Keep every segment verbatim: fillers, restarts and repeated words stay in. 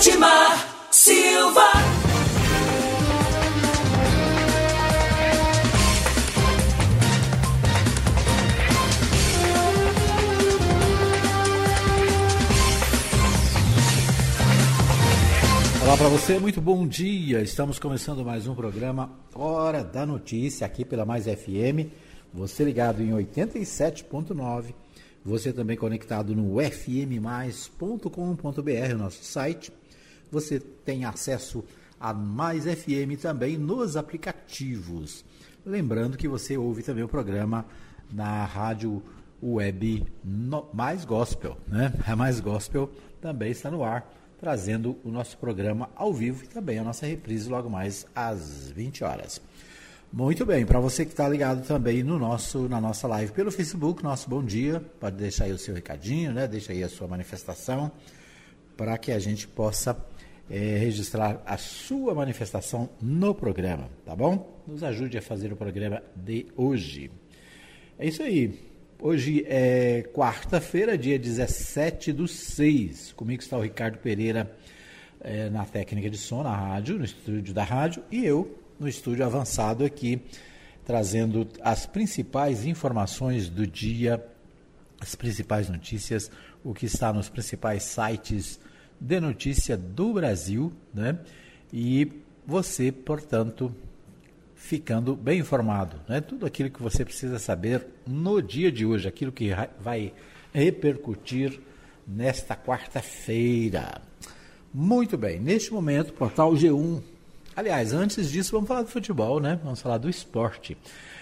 Edmar Silva. Olá para você, muito bom dia. Estamos começando mais um programa Hora da Notícia aqui pela Mais F M. Você ligado em oitenta e sete ponto nove. Você também conectado no f m mais ponto com ponto b r, o nosso site. Você tem acesso a Mais F M também nos aplicativos. Lembrando que você ouve também o programa na rádio web no, Mais Gospel, né? A Mais Gospel também está no ar, trazendo o nosso programa ao vivo e também a nossa reprise logo mais às vinte horas. Muito bem, para você que está ligado também no nosso, na nossa live pelo Facebook, nosso bom dia, pode deixar aí o seu recadinho, né? Deixa aí a sua manifestação, para que a gente possa é, registrar a sua manifestação no programa, tá bom? Nos ajude a fazer o programa de hoje. É isso aí. Hoje é quarta-feira, dia dezessete do seis. Comigo está o Ricardo Pereira é, na técnica de som, na rádio, no estúdio da rádio, e eu no estúdio avançado aqui, trazendo as principais informações do dia, as principais notícias, o que está nos principais sites de notícia do Brasil, né? E você, portanto, ficando bem informado, né? Tudo aquilo que você precisa saber no dia de hoje, aquilo que vai repercutir nesta quarta-feira. Muito bem, neste momento, portal G um. Aliás, antes disso, vamos falar do futebol, né? Vamos falar do esporte.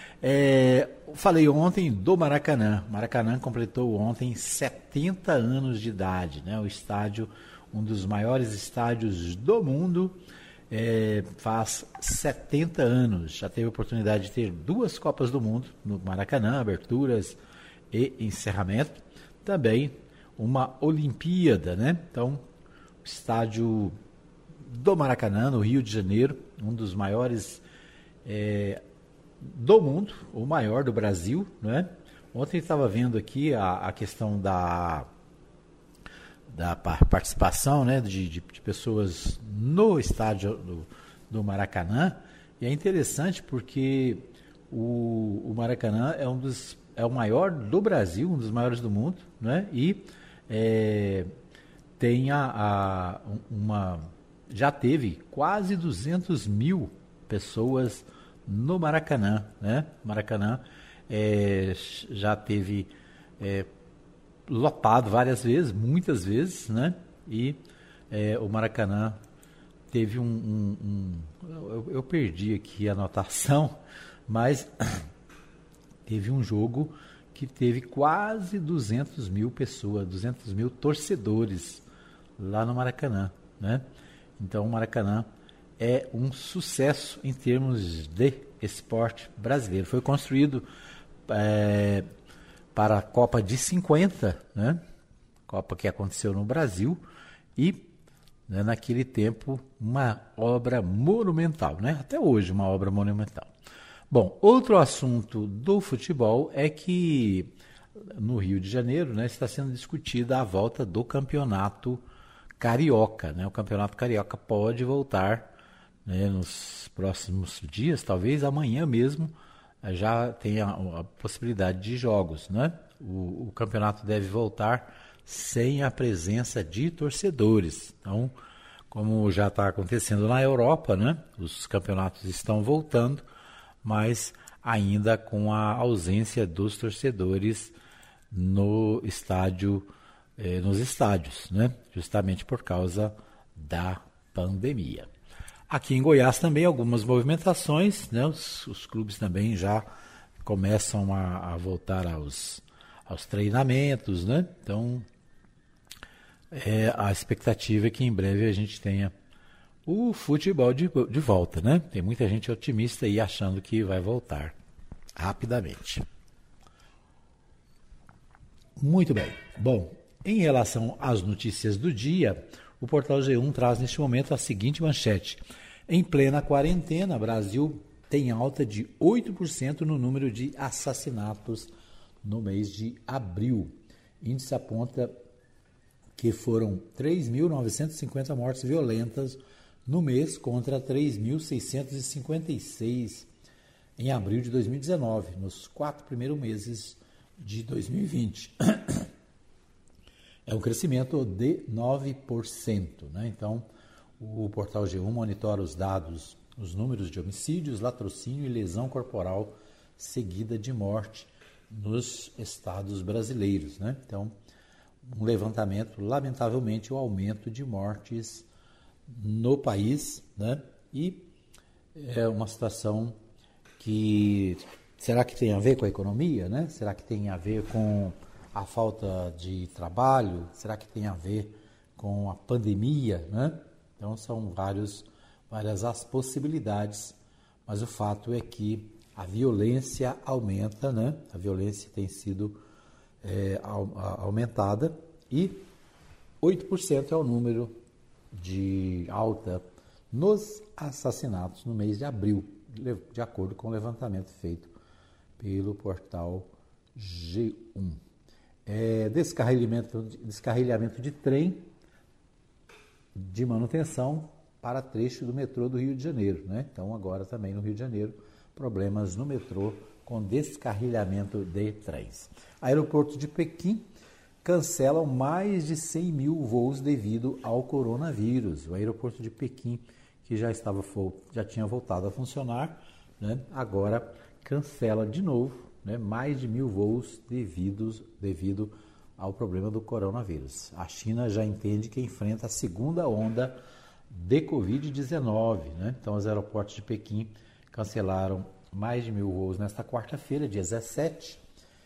É, falei ontem do Maracanã. Maracanã completou ontem setenta anos de idade, né? O estádio, um dos maiores estádios do mundo, É, faz setenta anos, já teve a oportunidade de ter duas Copas do Mundo no Maracanã, aberturas e encerramento, também uma Olimpíada, né? Então, o estádio do Maracanã, no Rio de Janeiro, um dos maiores é, do mundo, o maior do Brasil, né? Ontem estava vendo aqui a, a questão da da participação, né, de, de, de pessoas no estádio do, do Maracanã, e é interessante porque o, o Maracanã é um dos é o maior do Brasil, um dos maiores do mundo, né, e é, tem a, a, uma já teve quase duzentas mil pessoas no Maracanã, né? Maracanã é, já teve é, lotado várias vezes, muitas vezes, né? E é, o Maracanã teve um... um, um eu, eu perdi aqui a anotação, mas teve um jogo que teve quase duzentas mil pessoas, duzentos mil torcedores lá no Maracanã, né? Então o Maracanã é um sucesso em termos de esporte brasileiro. Foi construído... É, para a Copa de cinquenta, né? Copa que aconteceu no Brasil, e né, naquele tempo uma obra monumental, né? Até hoje uma obra monumental. Bom, outro assunto do futebol é que no Rio de Janeiro, né, está sendo discutida a volta do campeonato carioca, né? O campeonato carioca pode voltar, né, nos próximos dias, talvez amanhã mesmo, já tem a, a possibilidade de jogos, né? O, o campeonato deve voltar sem a presença de torcedores. Então, como já está acontecendo na Europa, né? Os campeonatos estão voltando, mas ainda com a ausência dos torcedores no estádio, eh, nos estádios, né? Justamente por causa da pandemia. Aqui em Goiás também algumas movimentações, né? Os, os clubes também já começam a, a voltar aos, aos treinamentos, né? Então, é, a expectativa é que em breve a gente tenha o futebol de, de volta, né? Tem muita gente otimista aí achando que vai voltar rapidamente. Muito bem. Bom, em relação às notícias do dia, o Portal G um traz neste momento a seguinte manchete. Em plena quarentena, Brasil tem alta de oito por cento no número de assassinatos no mês de abril. Índice aponta que foram três mil novecentas e cinquenta mortes violentas no mês contra três mil seiscentos e cinquenta e seis em abril de dois mil e dezenove, nos quatro primeiros meses de dois mil e vinte. É um crescimento de nove por cento. Né? Então, o portal G um monitora os dados, os números de homicídios, latrocínio e lesão corporal seguida de morte nos estados brasileiros. Né? Então, um levantamento, lamentavelmente, o aumento de mortes no país, né? E é uma situação que, será que tem a ver com a economia, né? Será que tem a ver com a falta de trabalho? Será que tem a ver com a pandemia, né? Então são vários, várias as possibilidades, mas o fato é que a violência aumenta, né? A violência tem sido é, aumentada e oito por cento é o número de alta nos assassinatos no mês de abril, de acordo com o levantamento feito pelo portal G um. É, descarrilhamento, descarrilhamento de trem de manutenção para trecho do metrô do Rio de Janeiro. Né? Então, agora também no Rio de Janeiro, problemas no metrô com descarrilhamento de trens. Aeroporto de Pequim cancelam mais de cem mil voos devido ao coronavírus. O aeroporto de Pequim, que já, estava, já tinha voltado a funcionar, né, agora cancela de novo, né, mais de mil voos devidos, devido ao problema do coronavírus. A China já entende que enfrenta a segunda onda de covid dezenove. Né? Então, os aeroportos de Pequim cancelaram mais de mil voos nesta quarta-feira, dia dezessete,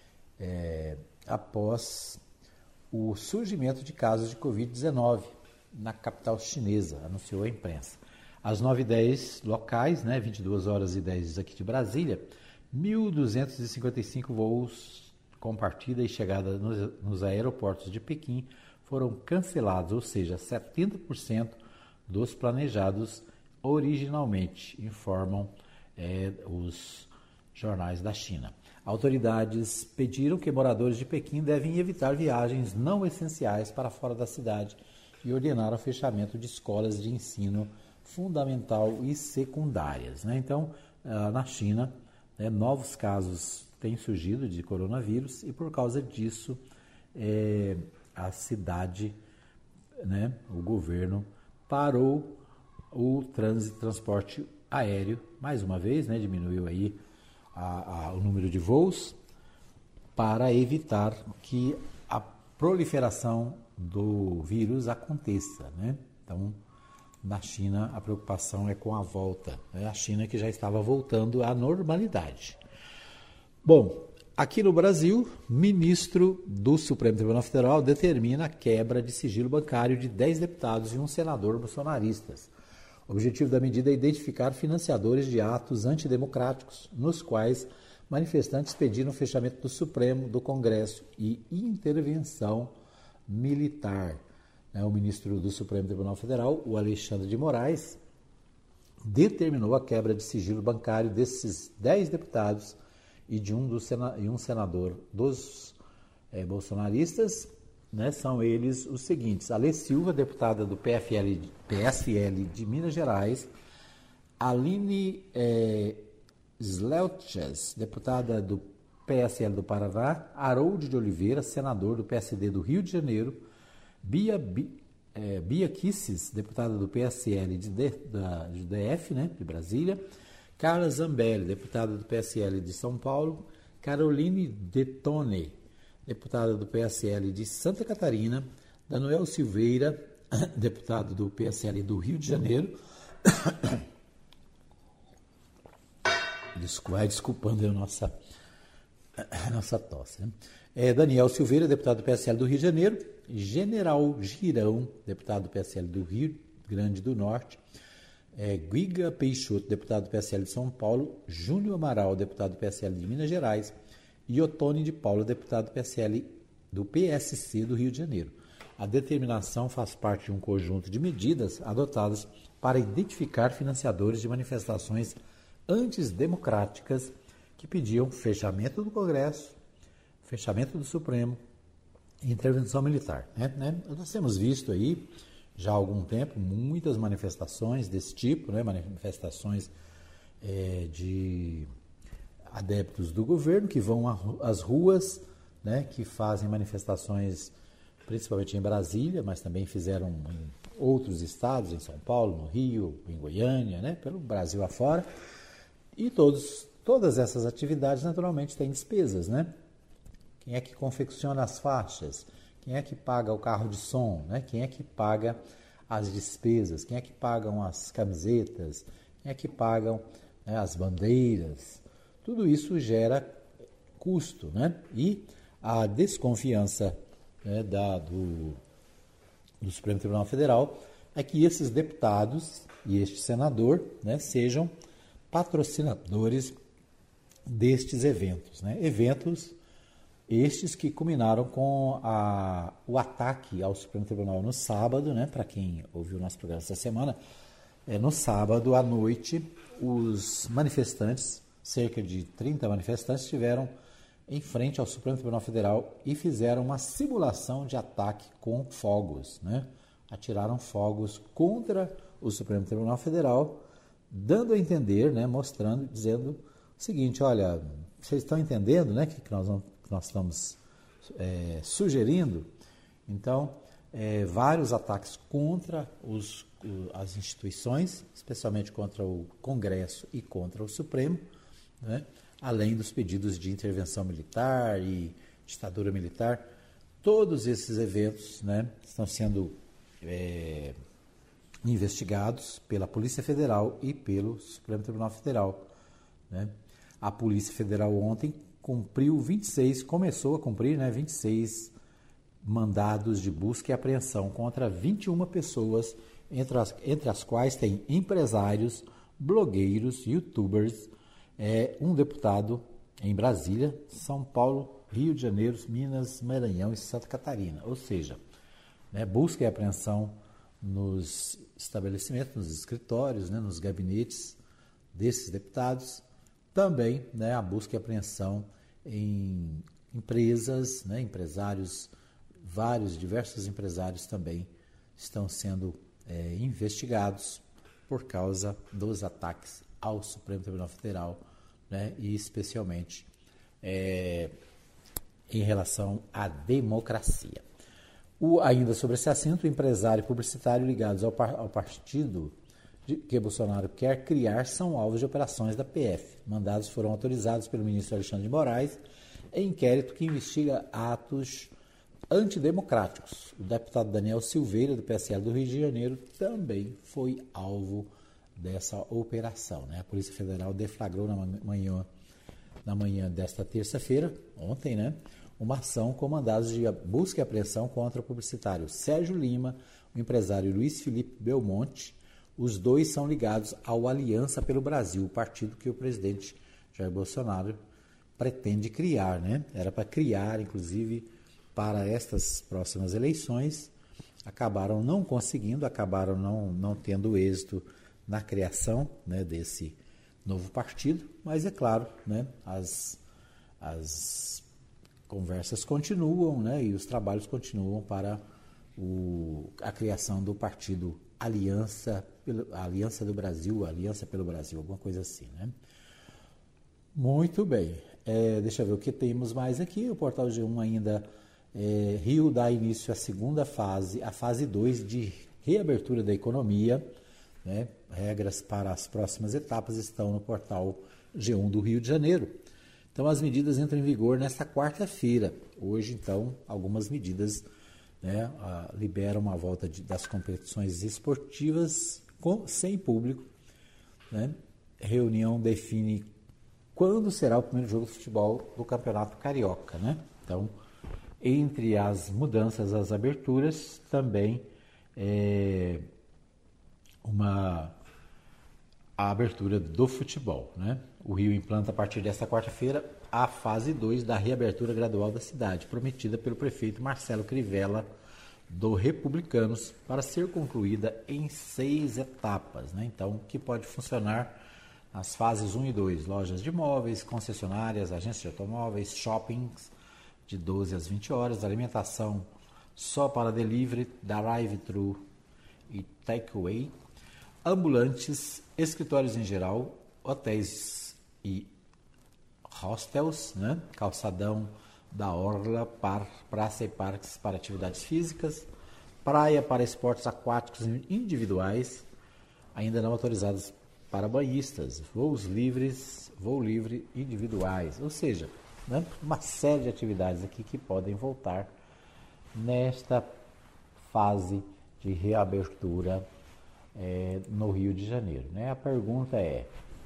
é, após o surgimento de casos de covid dezenove na capital chinesa, anunciou a imprensa. Às nove e dez locais, né, vinte e duas horas e dez aqui de Brasília, mil duzentos e cinquenta e cinco voos com partida e chegada nos, nos aeroportos de Pequim foram cancelados, ou seja, setenta por cento dos planejados originalmente, informam é, os jornais da China. Autoridades pediram que moradores de Pequim devem evitar viagens não essenciais para fora da cidade e ordenaram o fechamento de escolas de ensino fundamental e secundárias. Né? Então, na China, né, novos casos têm surgido de coronavírus e, por causa disso, é, a cidade, né, o governo, parou o trânsito, transporte aéreo, mais uma vez, né, diminuiu aí A, a, o número de voos para evitar que a proliferação do vírus aconteça. Né? Então, na China, a preocupação é com a volta. Né? A China que já estava voltando à normalidade. Bom, aqui no Brasil, ministro do Supremo Tribunal Federal determina a quebra de sigilo bancário de dez deputados e um senador bolsonaristas. O objetivo da medida é identificar financiadores de atos antidemocráticos, nos quais manifestantes pediram o fechamento do Supremo, do Congresso e intervenção militar. O ministro do Supremo Tribunal Federal, o Alexandre de Moraes, determinou a quebra de sigilo bancário desses dez deputados e de um, do sena, e um senador dos é, bolsonaristas. Né, são eles os seguintes: Alê Silva, deputada do P F L, P S L de Minas Gerais, Aline é, Slelches, deputada do P S L do Paraná, Harold de Oliveira, senador do P S D do Rio de Janeiro, Bia, Bi, é, Bia Kisses, deputada do P S L de, de, da, de D F, né, de Brasília, Carla Zambelli, deputada do P S L de São Paulo, Caroline Detone, deputada do P S L de Santa Catarina, Daniel Silveira, deputado do P S L do Rio de Janeiro. Vai desculpando a nossa, a nossa tosse. Né? É, Daniel Silveira, deputado do P S L do Rio de Janeiro, General Girão, deputado do P S L do Rio Grande do Norte, é, Guiga Peixoto, deputado do P S L de São Paulo, Júnior Amaral, deputado do P S L de Minas Gerais, e Otone de Paula, deputado do P S L do P S C do Rio de Janeiro. A determinação faz parte de um conjunto de medidas adotadas para identificar financiadores de manifestações antidemocráticas que pediam fechamento do Congresso, fechamento do Supremo intervenção militar. Né? Né? Nós temos visto aí, já há algum tempo, muitas manifestações desse tipo, né? Manifestações é, de adeptos do governo que vão às ruas, né? Que fazem manifestações principalmente em Brasília, mas também fizeram em outros estados, em São Paulo, no Rio, em Goiânia, né? Pelo Brasil afora. E todos, todas essas atividades, naturalmente, têm despesas, né? Quem é que confecciona as faixas? Quem é que paga o carro de som? Né? Quem é que paga as despesas? Quem é que pagam as camisetas? Quem é que pagam, né, as bandeiras? Tudo isso gera custo, né? E a desconfiança, né, da, do, do Supremo Tribunal Federal é que esses deputados e este senador, né, sejam patrocinadores destes eventos, né? Eventos estes que culminaram com a, o ataque ao Supremo Tribunal no sábado, né? Para quem ouviu o nosso programa essa semana, é, no sábado à noite, os manifestantes, cerca de trinta manifestantes, estiveram em frente ao Supremo Tribunal Federal e fizeram uma simulação de ataque com fogos, né? Atiraram fogos contra o Supremo Tribunal Federal, dando a entender, né? Mostrando, dizendo o seguinte: olha, vocês estão entendendo, né? Que nós vamos nós estamos é, sugerindo. Então, é, vários ataques contra os, as instituições, especialmente contra o Congresso e contra o Supremo, né? Além dos pedidos de intervenção militar e ditadura militar. Todos esses eventos, né, estão sendo é, investigados pela Polícia Federal e pelo Supremo Tribunal Federal, né? A Polícia Federal ontem cumpriu vinte e seis, começou a cumprir, né, vinte e seis mandados de busca e apreensão contra vinte e uma pessoas, entre as, entre as quais tem empresários, blogueiros, youtubers, é, um deputado em Brasília, São Paulo, Rio de Janeiro, Minas, Maranhão e Santa Catarina. Ou seja, né, busca e apreensão nos estabelecimentos, nos escritórios, né, nos gabinetes desses deputados. Também, né, a busca e apreensão em empresas, né, empresários, vários, diversos empresários também estão sendo é, investigados por causa dos ataques ao Supremo Tribunal Federal, né, e especialmente é, em relação à democracia. O, ainda sobre esse assunto, o empresário e publicitário ligados ao, par, ao partido que Bolsonaro quer criar são alvos de operações da P F. Mandados foram autorizados pelo ministro Alexandre de Moraes em inquérito que investiga atos antidemocráticos. O deputado Daniel Silveira, do P S L do Rio de Janeiro, também foi alvo dessa operação, né? A Polícia Federal deflagrou na manhã, na manhã desta terça-feira, ontem, né, uma ação com mandados de busca e apreensão contra o publicitário Sérgio Lima, o empresário Luiz Felipe Belmonte. Os dois são ligados ao Aliança pelo Brasil, o partido que o presidente Jair Bolsonaro pretende criar, né? Era para criar, inclusive, para estas próximas eleições. Acabaram não conseguindo, acabaram não, não tendo êxito na criação, né, desse novo partido, mas é claro, né, as, as conversas continuam, né, e os trabalhos continuam para o, a criação do partido Aliança, Aliança do Brasil, Aliança pelo Brasil, alguma coisa assim, né? Muito bem. É, deixa eu ver o que temos mais aqui. O Portal G um ainda, é, Rio dá início à segunda fase, a fase dois de reabertura da economia, né? Regras para as próximas etapas estão no Portal G um do Rio de Janeiro. Então, as medidas entram em vigor nesta quarta-feira. Hoje, então, algumas medidas, né, a, liberam a volta de, das competições esportivas com, sem público, né? Reunião define quando será o primeiro jogo de futebol do Campeonato Carioca, né? Então, entre as mudanças, as aberturas, também é, uma a abertura do futebol, né? O Rio implanta a partir desta quarta-feira a fase dois da reabertura gradual da cidade, prometida pelo prefeito Marcelo Crivella, do Republicanos, para ser concluída em seis etapas, né? Então, que pode funcionar nas fases um e dois, lojas de imóveis, concessionárias, agências de automóveis, shoppings, de doze às vinte horas, alimentação só para delivery, drive-thru e takeaway, ambulantes, escritórios em geral, hotéis e hostels, né? Calçadão da orla, par, praça e parques para atividades físicas, praia para esportes aquáticos individuais, ainda não autorizados para banhistas, voos livres, voo livre individuais, ou seja, né, uma série de atividades aqui que podem voltar nesta fase de reabertura é, no Rio de Janeiro. Né? A pergunta é,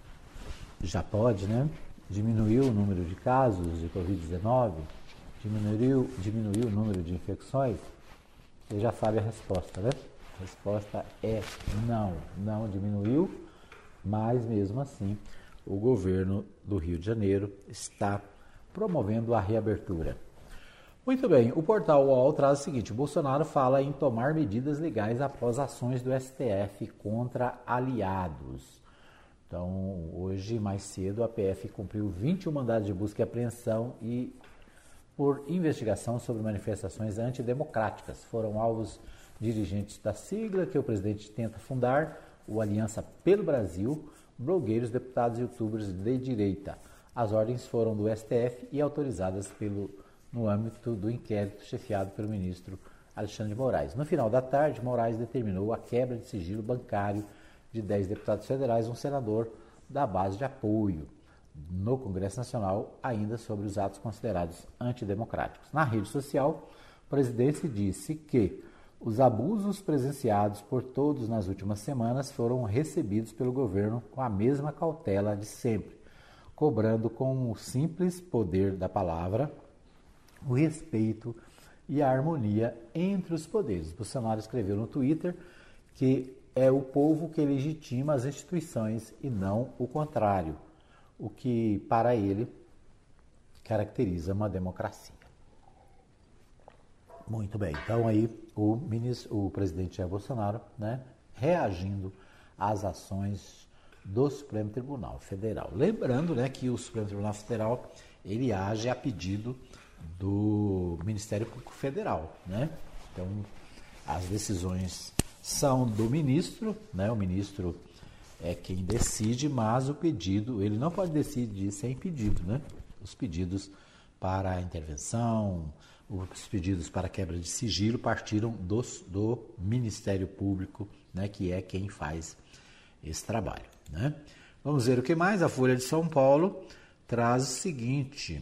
já pode, né? Diminuiu o número de casos de covid dezenove? Diminuiu, diminuiu o número de infecções? Você já sabe a resposta, né? A resposta é não, não diminuiu, mas mesmo assim o governo do Rio de Janeiro está promovendo a reabertura. Muito bem, o portal U O L traz o seguinte: Bolsonaro fala em tomar medidas legais após ações do S T F contra aliados. Então, hoje, mais cedo, a P F cumpriu vinte e um mandados de busca e apreensão e por investigação sobre manifestações antidemocráticas. Foram alvos dirigentes da sigla que o presidente tenta fundar, o Aliança pelo Brasil, blogueiros, deputados e youtubers de direita. As ordens foram do S T F e autorizadas pelo, no âmbito do inquérito chefiado pelo ministro Alexandre de Moraes. No final da tarde, Moraes determinou a quebra de sigilo bancário de dez deputados federais, um senador da base de apoio no Congresso Nacional, ainda sobre os atos considerados antidemocráticos. Na rede social, o presidente disse que os abusos presenciados por todos nas últimas semanas foram recebidos pelo governo com a mesma cautela de sempre, cobrando com o simples poder da palavra o respeito e a harmonia entre os poderes. Bolsonaro escreveu no Twitter que é o povo que legitima as instituições e não o contrário, o que, para ele, caracteriza uma democracia. Muito bem, então aí o, ministro, o presidente Jair Bolsonaro, né, reagindo às ações do Supremo Tribunal Federal. Lembrando, né, que o Supremo Tribunal Federal, ele age a pedido do Ministério Público Federal, né? Então, as decisões são do ministro, né? O ministro é quem decide, mas o pedido, ele não pode decidir sem pedido, né? Os pedidos para a intervenção, os pedidos para quebra de sigilo partiram do, do Ministério Público, né? Que é quem faz esse trabalho, né? Vamos ver o que mais. A Folha de São Paulo traz o seguinte: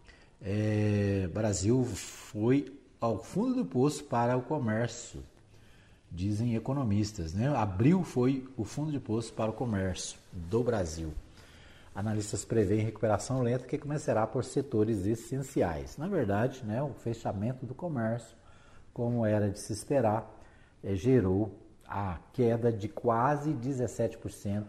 é, Brasil foi ao fundo do poço para o comércio. Dizem economistas, né? Abril foi o fundo de poço para o comércio do Brasil. Analistas preveem recuperação lenta que começará por setores essenciais. Na verdade, né, o fechamento do comércio, como era de se esperar, é, gerou a queda de quase dezessete por cento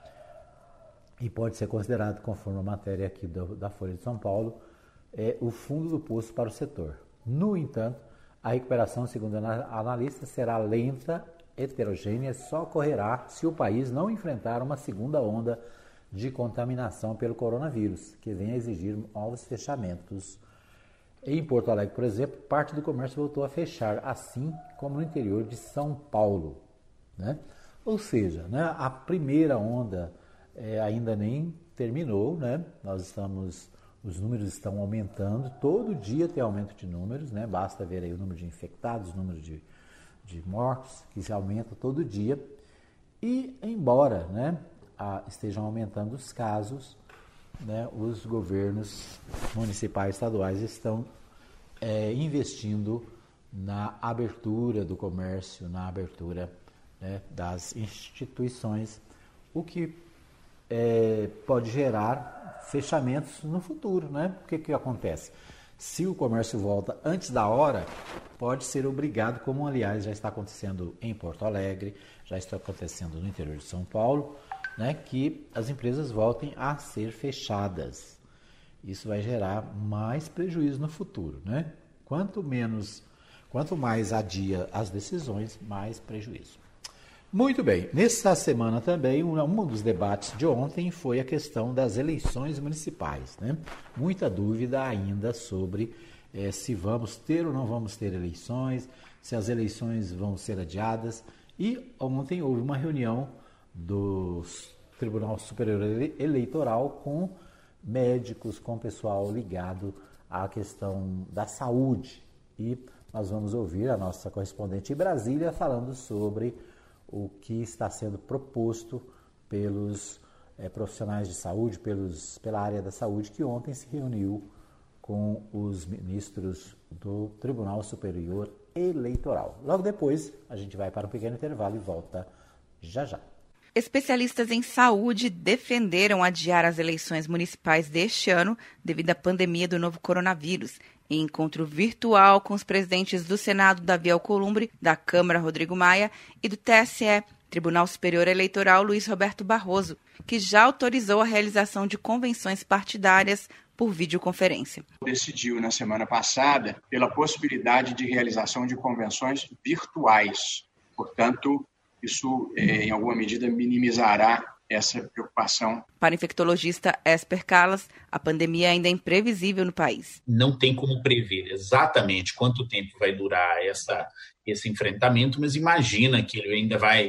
e pode ser considerado, conforme a matéria aqui do, da Folha de São Paulo, é, o fundo do poço para o setor. No entanto, a recuperação, segundo analistas, será lenta, heterogênea, só ocorrerá se o país não enfrentar uma segunda onda de contaminação pelo coronavírus, que vem a exigir novos fechamentos. Em Porto Alegre, por exemplo, parte do comércio voltou a fechar, assim como no interior de São Paulo, né? Ou seja, né, a primeira onda é, ainda nem terminou, né? Nós estamos... Os números estão aumentando, todo dia tem aumento de números, né? Basta ver aí o número de infectados, o número de, de mortos, que se aumenta todo dia. E, embora, né, a, estejam aumentando os casos, né, os governos municipais e estaduais estão é, investindo na abertura do comércio, na abertura, né, das instituições, o que é, pode gerar fechamentos no futuro, né? O que que acontece? Se o comércio volta antes da hora, pode ser obrigado, como aliás já está acontecendo em Porto Alegre, já está acontecendo no interior de São Paulo, né? Que as empresas voltem a ser fechadas. Isso vai gerar mais prejuízo no futuro, né? Quanto menos, quanto mais adia as decisões, mais prejuízo. Muito bem, nessa semana também, um, um dos debates de ontem foi a questão das eleições municipais, né? Muita dúvida ainda sobre é, se vamos ter ou não vamos ter eleições, se as eleições vão ser adiadas. E ontem houve uma reunião do Tribunal Superior Eleitoral com médicos, com pessoal ligado à questão da saúde. E nós vamos ouvir a nossa correspondente em Brasília falando sobre o que está sendo proposto pelos é, profissionais de saúde, pelos, pela área da saúde, que ontem se reuniu com os ministros do Tribunal Superior Eleitoral. Logo depois, a gente vai para um pequeno intervalo e volta já já. Especialistas em saúde defenderam adiar as eleições municipais deste ano devido à pandemia do novo coronavírus. Em encontro virtual com os presidentes do Senado, Davi Alcolumbre, da Câmara, Rodrigo Maia, e do T S E, Tribunal Superior Eleitoral, Luiz Roberto Barroso, que já autorizou a realização de convenções partidárias por videoconferência. Decidiu na semana passada pela possibilidade de realização de convenções virtuais. Portanto, isso, em alguma medida, minimizará essa preocupação. Para o infectologista Esper Calas, a pandemia ainda é imprevisível no país. Não tem como prever exatamente quanto tempo vai durar essa, esse enfrentamento, mas imagina que ele ainda vai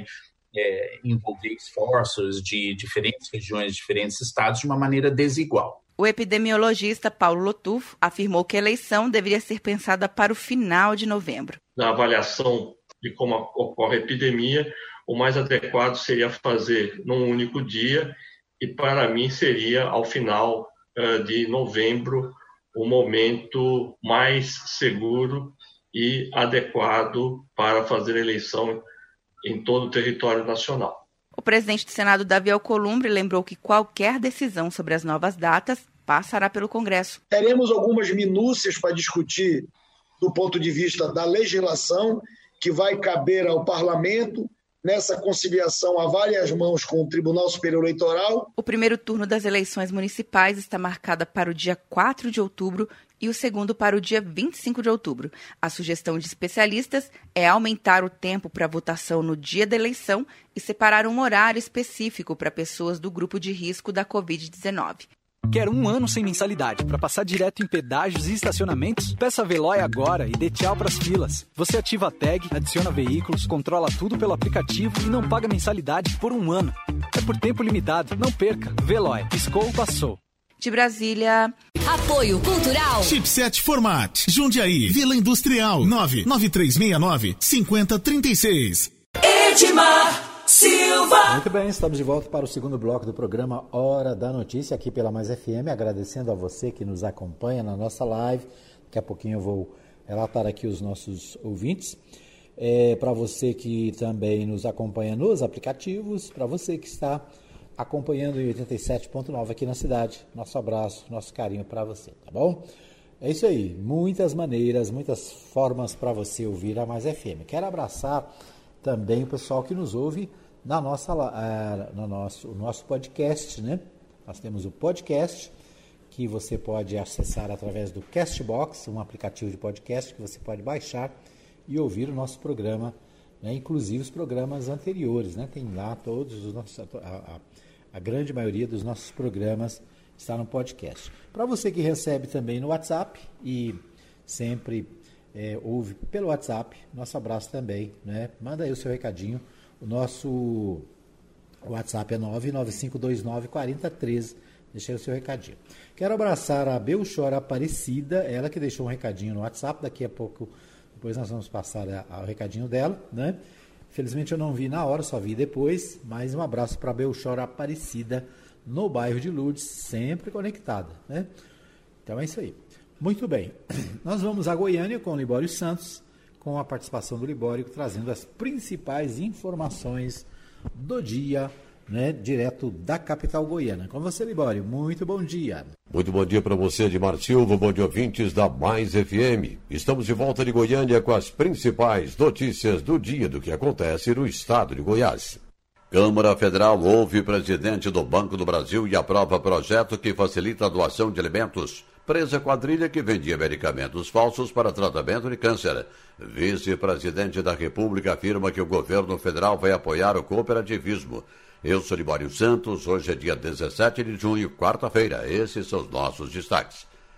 é, envolver esforços de diferentes regiões, diferentes estados, de uma maneira desigual. O epidemiologista Paulo Lotufo afirmou que a eleição deveria ser pensada para o final de novembro. Na avaliação de como ocorre a epidemia, o mais adequado seria fazer num único dia e, para mim, seria ao final uh, de novembro o momento mais seguro e adequado para fazer a eleição em todo o território nacional. O presidente do Senado, Davi Alcolumbre, lembrou que qualquer decisão sobre as novas datas passará pelo Congresso. Teremos algumas minúcias para discutir do ponto de vista da legislação, que vai caber ao Parlamento nessa conciliação a várias mãos com o Tribunal Superior Eleitoral. O primeiro turno das eleições municipais está marcado para o dia quatro de outubro e o segundo para o dia vinte e cinco de outubro. A sugestão de especialistas é aumentar o tempo para votação no dia da eleição e separar um horário específico para pessoas do grupo de risco da covid dezenove. Quer um ano sem mensalidade para passar direto em pedágios e estacionamentos? Peça a Veloy agora e dê tchau para as filas. Você ativa a tag, adiciona veículos, controla tudo pelo aplicativo e não paga mensalidade por um ano. É por tempo limitado. Não perca. Veloy. Piscou, passou. De Brasília. Apoio Cultural. Chipset Format. Jundiaí. Vila Industrial. nove nove três seis nove cinco zero três seis. Edmar Silva. Muito bem, estamos de volta para o segundo bloco do programa Hora da Notícia, aqui pela Mais F M, agradecendo a você que nos acompanha na nossa live. Daqui a pouquinho eu vou relatar aqui os nossos ouvintes. É, para você que também nos acompanha nos aplicativos, para você que está acompanhando em oitenta e sete ponto nove aqui na cidade, nosso abraço, nosso carinho para você, tá bom? É isso aí, muitas maneiras, muitas formas para você ouvir a Mais F M. Quero abraçar também o pessoal que nos ouve na nossa, uh, no nosso, nosso podcast, né? Nós temos o podcast que você pode acessar através do Castbox, um aplicativo de podcast que você pode baixar e ouvir o nosso programa, né? Inclusive os programas anteriores, né? Tem lá todos os nossos, a, a, a grande maioria dos nossos programas está no podcast. Para você que recebe também no WhatsApp e sempre É, ouve pelo WhatsApp, nosso abraço também, né? Manda aí o seu recadinho. O nosso WhatsApp é nove nove cinco dois nove quatro zero um três. Deixa aí o seu recadinho. Quero abraçar a Belchor Aparecida, ela que deixou um recadinho no WhatsApp. Daqui a pouco, depois nós vamos passar o recadinho dela, né? Felizmente eu não vi na hora, só vi depois. Mas um abraço para a Belchor Aparecida, no bairro de Lourdes, sempre conectada, né? Então é isso aí. Muito bem, nós vamos a Goiânia com o Libório Santos, com a participação do Libório, trazendo as principais informações do dia, né, direto da capital goiana. Com você, Libório, muito bom dia. Muito bom dia para você, Edmar Silva, bom dia, ouvintes da Mais F M. Estamos de volta de Goiânia com as principais notícias do dia do que acontece no estado de Goiás. Câmara Federal ouve presidente do Banco do Brasil e aprova projeto que facilita a doação de alimentos. Presa quadrilha que vendia medicamentos falsos para tratamento de câncer. Vice-presidente da República afirma que o governo federal vai apoiar o cooperativismo. Eu sou Libório Santos, hoje é dia dezessete de junho, quarta-feira. Esses são os nossos destaques.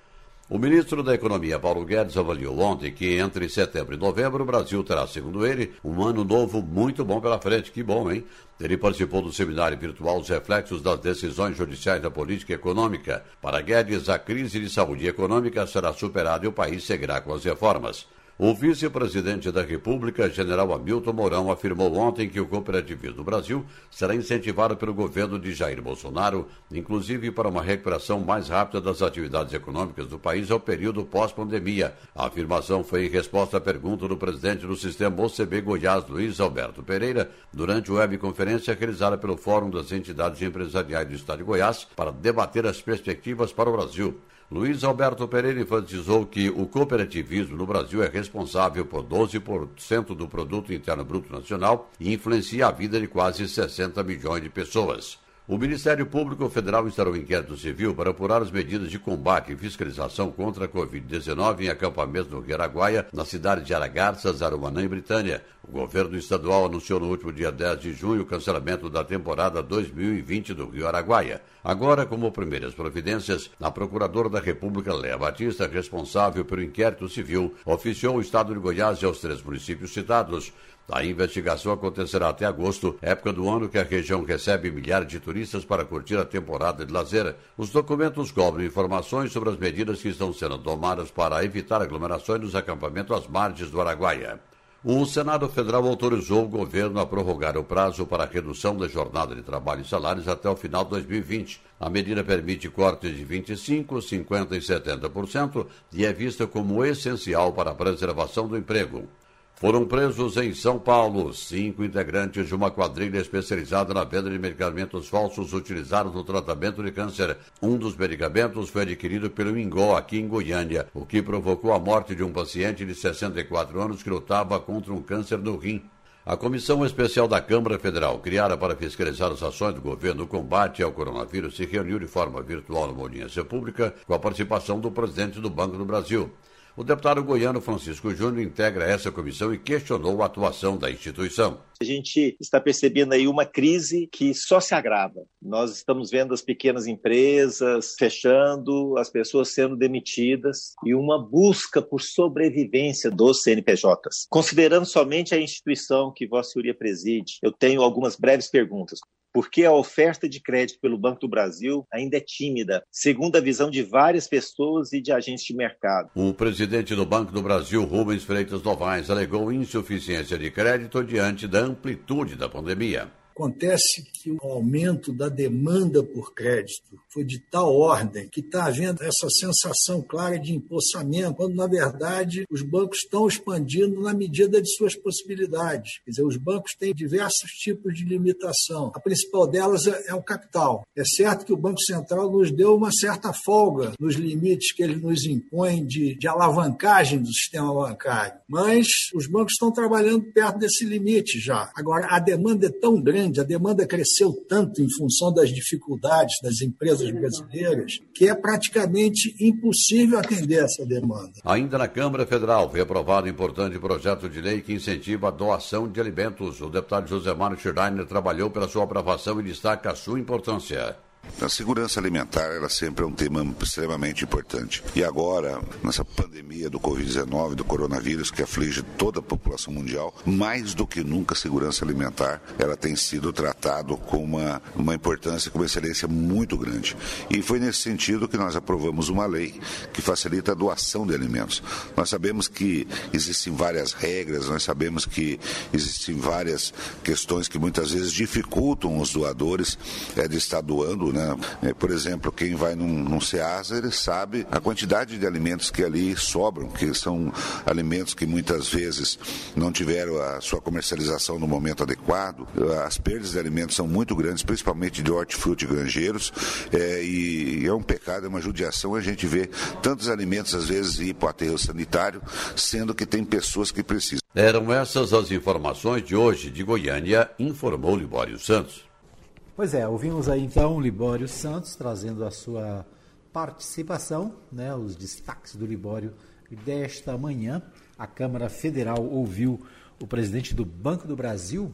O ministro da Economia, Paulo Guedes, avaliou ontem que entre setembro e novembro o Brasil terá, segundo ele, um ano novo muito bom pela frente. Que bom, hein? Ele participou do seminário virtual Os Reflexos das Decisões Judiciais da Política Econômica. Para Guedes, a crise de saúde econômica será superada e o país seguirá com as reformas. O vice-presidente da República, general Hamilton Mourão, afirmou ontem que o cooperativismo no Brasil será incentivado pelo governo de Jair Bolsonaro, inclusive para uma recuperação mais rápida das atividades econômicas do país ao período pós-pandemia. A afirmação foi em resposta à pergunta do presidente do sistema O C B Goiás, Luiz Alberto Pereira, durante a webconferência realizada pelo Fórum das Entidades Empresariais do Estado de Goiás para debater as perspectivas para o Brasil. Luiz Alberto Pereira enfatizou que o cooperativismo no Brasil é responsável por doze por cento do Produto Interno Bruto Nacional e influencia a vida de quase sessenta milhões de pessoas. O Ministério Público Federal instaurou um inquérito civil para apurar as medidas de combate e fiscalização contra a covid dezenove em acampamentos no Rio Araguaia, na cidade de Aragarças, Aruanã e Britânia. O governo estadual anunciou no último dia dez de junho o cancelamento da temporada dois mil e vinte do Rio Araguaia. Agora, como primeiras providências, a Procuradora da República, Léa Batista, responsável pelo inquérito civil, oficiou o Estado de Goiás e aos três municípios citados. A investigação acontecerá até agosto, época do ano que a região recebe milhares de turistas para curtir a temporada de lazer. Os documentos cobrem informações sobre as medidas que estão sendo tomadas para evitar aglomerações nos acampamentos às margens do Araguaia. O Senado Federal autorizou o governo a prorrogar o prazo para a redução da jornada de trabalho e salários até o final de dois mil e vinte. A medida permite cortes de vinte e cinco por cento, cinquenta por cento e setenta por cento e é vista como essencial para a preservação do emprego. Foram presos em São Paulo cinco integrantes de uma quadrilha especializada na venda de medicamentos falsos utilizados no tratamento de câncer. Um dos medicamentos foi adquirido pelo Ingó, aqui em Goiânia, o que provocou a morte de um paciente de sessenta e quatro anos que lutava contra um câncer no rim. A Comissão Especial da Câmara Federal, criada para fiscalizar as ações do governo no combate ao coronavírus, se reuniu de forma virtual numa audiência pública com a participação do presidente do Banco do Brasil. O deputado goiano Francisco Júnior integra essa comissão e questionou a atuação da instituição. A gente está percebendo aí uma crise que só se agrava. Nós estamos vendo as pequenas empresas fechando, as pessoas sendo demitidas e uma busca por sobrevivência dos C N P Js. Considerando somente a instituição que Vossa Senhoria preside, eu tenho algumas breves perguntas. Por que a oferta de crédito pelo Banco do Brasil ainda é tímida, segundo a visão de várias pessoas e de agentes de mercado? O presidente do Banco do Brasil, Rubens Freitas Novaes, alegou insuficiência de crédito diante da amplitude da pandemia. Acontece que o aumento da demanda por crédito foi de tal ordem que está havendo essa sensação clara de empossamento, quando, na verdade, os bancos estão expandindo na medida de suas possibilidades. Quer dizer, os bancos têm diversos tipos de limitação. A principal delas é o capital. É certo que o Banco Central nos deu uma certa folga nos limites que ele nos impõe de, de alavancagem do sistema bancário, mas os bancos estão trabalhando perto desse limite já. Agora, a demanda é tão grande, a demanda cresceu tanto em função das dificuldades das empresas brasileiras que é praticamente impossível atender essa demanda. Ainda na Câmara Federal foi aprovado importante projeto de lei que incentiva a doação de alimentos. O deputado José Mário Schreiner trabalhou pela sua aprovação e destaca a sua importância. A segurança alimentar ela sempre é um tema extremamente importante. E agora, nessa pandemia do covid dezenove, do coronavírus, que aflige toda a população mundial, mais do que nunca a segurança alimentar ela tem sido tratada com uma, uma importância, com uma excelência muito grande. E foi nesse sentido que nós aprovamos uma lei que facilita a doação de alimentos. Nós sabemos que existem várias regras, nós sabemos que existem várias questões que muitas vezes dificultam os doadores é, de estar doando, né? Por exemplo, quem vai num, num Ceasa, ele sabe a quantidade de alimentos que ali sobram, que são alimentos que muitas vezes não tiveram a sua comercialização no momento adequado. As perdas de alimentos são muito grandes, principalmente de hortifruti e granjeiros, é, e é um pecado, é uma judiação a gente vê tantos alimentos às vezes ir para o aterro sanitário, sendo que tem pessoas que precisam. Eram essas as informações de hoje de Goiânia, informou Libório Santos. Pois é, ouvimos aí então Libório Santos trazendo a sua participação, né, os destaques do Libório desta manhã. A Câmara Federal ouviu o presidente do Banco do Brasil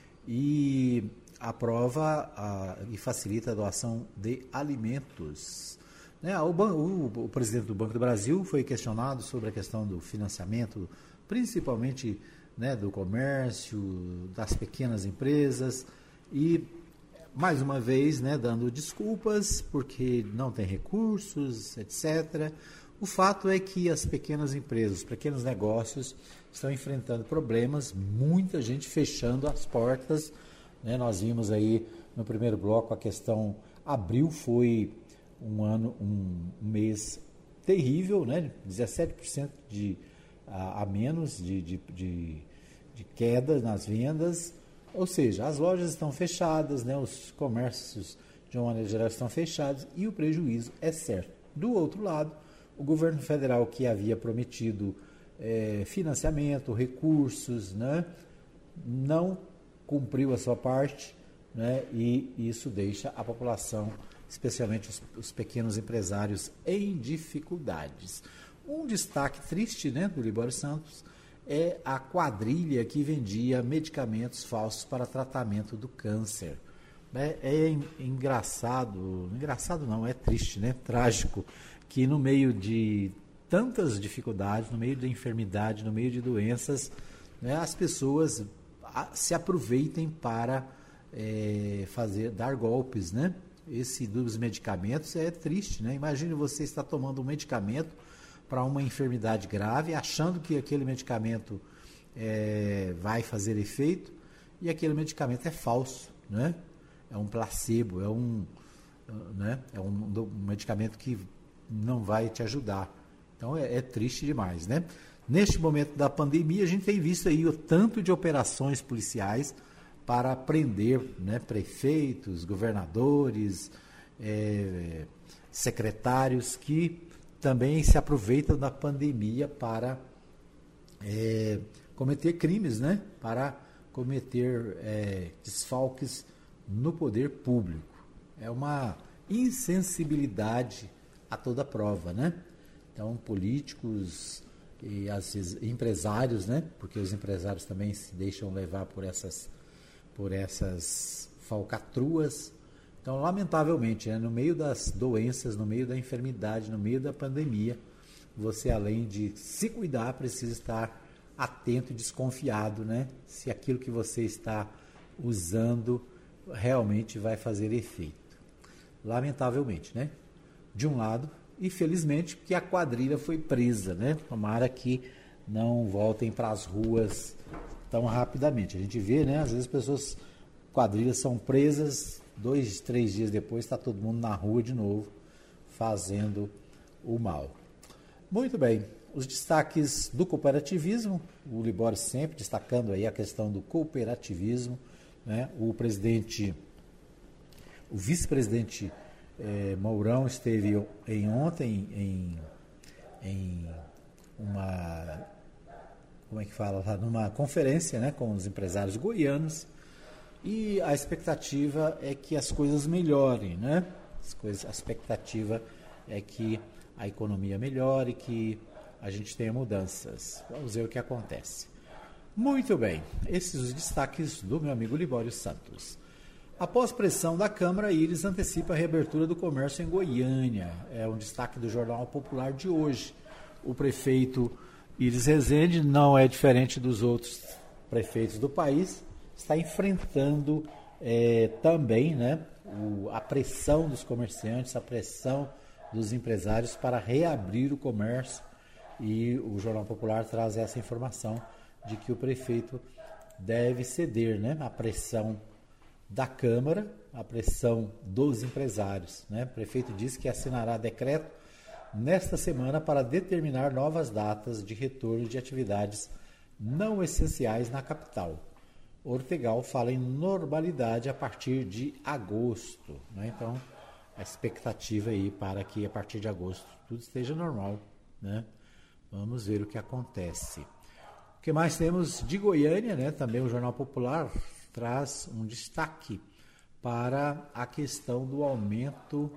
e aprova a, e facilita a doação de alimentos. Né? O, o, o presidente do Banco do Brasil foi questionado sobre a questão do financiamento, principalmente, né, do comércio, das pequenas empresas, e mais uma vez, né, dando desculpas porque não tem recursos, etcétera. O fato é que as pequenas empresas, os pequenos negócios estão enfrentando problemas, muita gente fechando as portas, né? Nós vimos aí no primeiro bloco a questão, abril foi um ano, um mês terrível, né? dezessete por cento de, a, a menos de, de, de, de queda nas vendas, ou seja, as lojas estão fechadas, né? Os comércios de uma maneira geral estão fechados e o prejuízo é certo. Do outro lado, o governo federal, que havia prometido é, financiamento, recursos, né? Não cumpriu a sua parte, né? E isso deixa a população, especialmente os, os pequenos empresários, em dificuldades. Um destaque triste, né, do Libório Santos é a quadrilha que vendia medicamentos falsos para tratamento do câncer. É, é engraçado, engraçado não, é triste, né, trágico, que no meio de tantas dificuldades, no meio da enfermidade, no meio de doenças, né, as pessoas se aproveitem para é, fazer, dar golpes, né? Esse dos medicamentos é triste, né? Imagine você estar tomando um medicamento para uma enfermidade grave, achando que aquele medicamento é, vai fazer efeito, e aquele medicamento é falso, né? É um placebo, é um, né? É um, um medicamento que não vai te ajudar. Então é, é triste demais, né? Neste momento da pandemia, a gente tem visto aí o tanto de operações policiais para prender, né, prefeitos, governadores, é, secretários que também se aproveitam da pandemia para é, cometer crimes, né, para cometer é, desfalques no poder público. É uma insensibilidade a toda prova, né? Então, políticos e às vezes empresários, né? Porque os empresários também se deixam levar por essas, por essas falcatruas. Então, lamentavelmente, né, no meio das doenças, no meio da enfermidade, no meio da pandemia, você, além de se cuidar, precisa estar atento e desconfiado, né? Se aquilo que você está usando realmente vai fazer efeito. Lamentavelmente, né? De um lado, e felizmente porque a quadrilha foi presa, né? Tomara que não voltem para as ruas tão rapidamente. A gente vê, né? Às vezes as pessoas, quadrilhas são presas, dois, três dias depois está todo mundo na rua de novo, fazendo o mal. Muito bem, os destaques do cooperativismo, o Libório sempre destacando aí a questão do cooperativismo, né? O presidente, o vice-presidente É, Mourão esteve em ontem em, em uma, como é que fala lá, numa conferência, né, com os empresários goianos, e a expectativa é que as coisas melhorem, né? As coisas, a expectativa é que a economia melhore, que a gente tenha mudanças. Vamos ver o que acontece. Muito bem, esses os destaques do meu amigo Libório Santos. Após pressão da Câmara, Íris antecipa a reabertura do comércio em Goiânia. É um destaque do Jornal Popular de hoje. O prefeito Íris Rezende, não é diferente dos outros prefeitos do país, está enfrentando é, também, né, o, a pressão dos comerciantes, a pressão dos empresários para reabrir o comércio. E o Jornal Popular traz essa informação de que o prefeito deve ceder, né, à pressão da Câmara, a pressão dos empresários, né? O prefeito disse que assinará decreto nesta semana para determinar novas datas de retorno de atividades não essenciais na capital. Ortegal fala em normalidade a partir de agosto, né? Então, a expectativa aí para que a partir de agosto tudo esteja normal, né? Vamos ver o que acontece. O que mais temos de Goiânia, né? Também o Jornal Popular traz um destaque para a questão do aumento,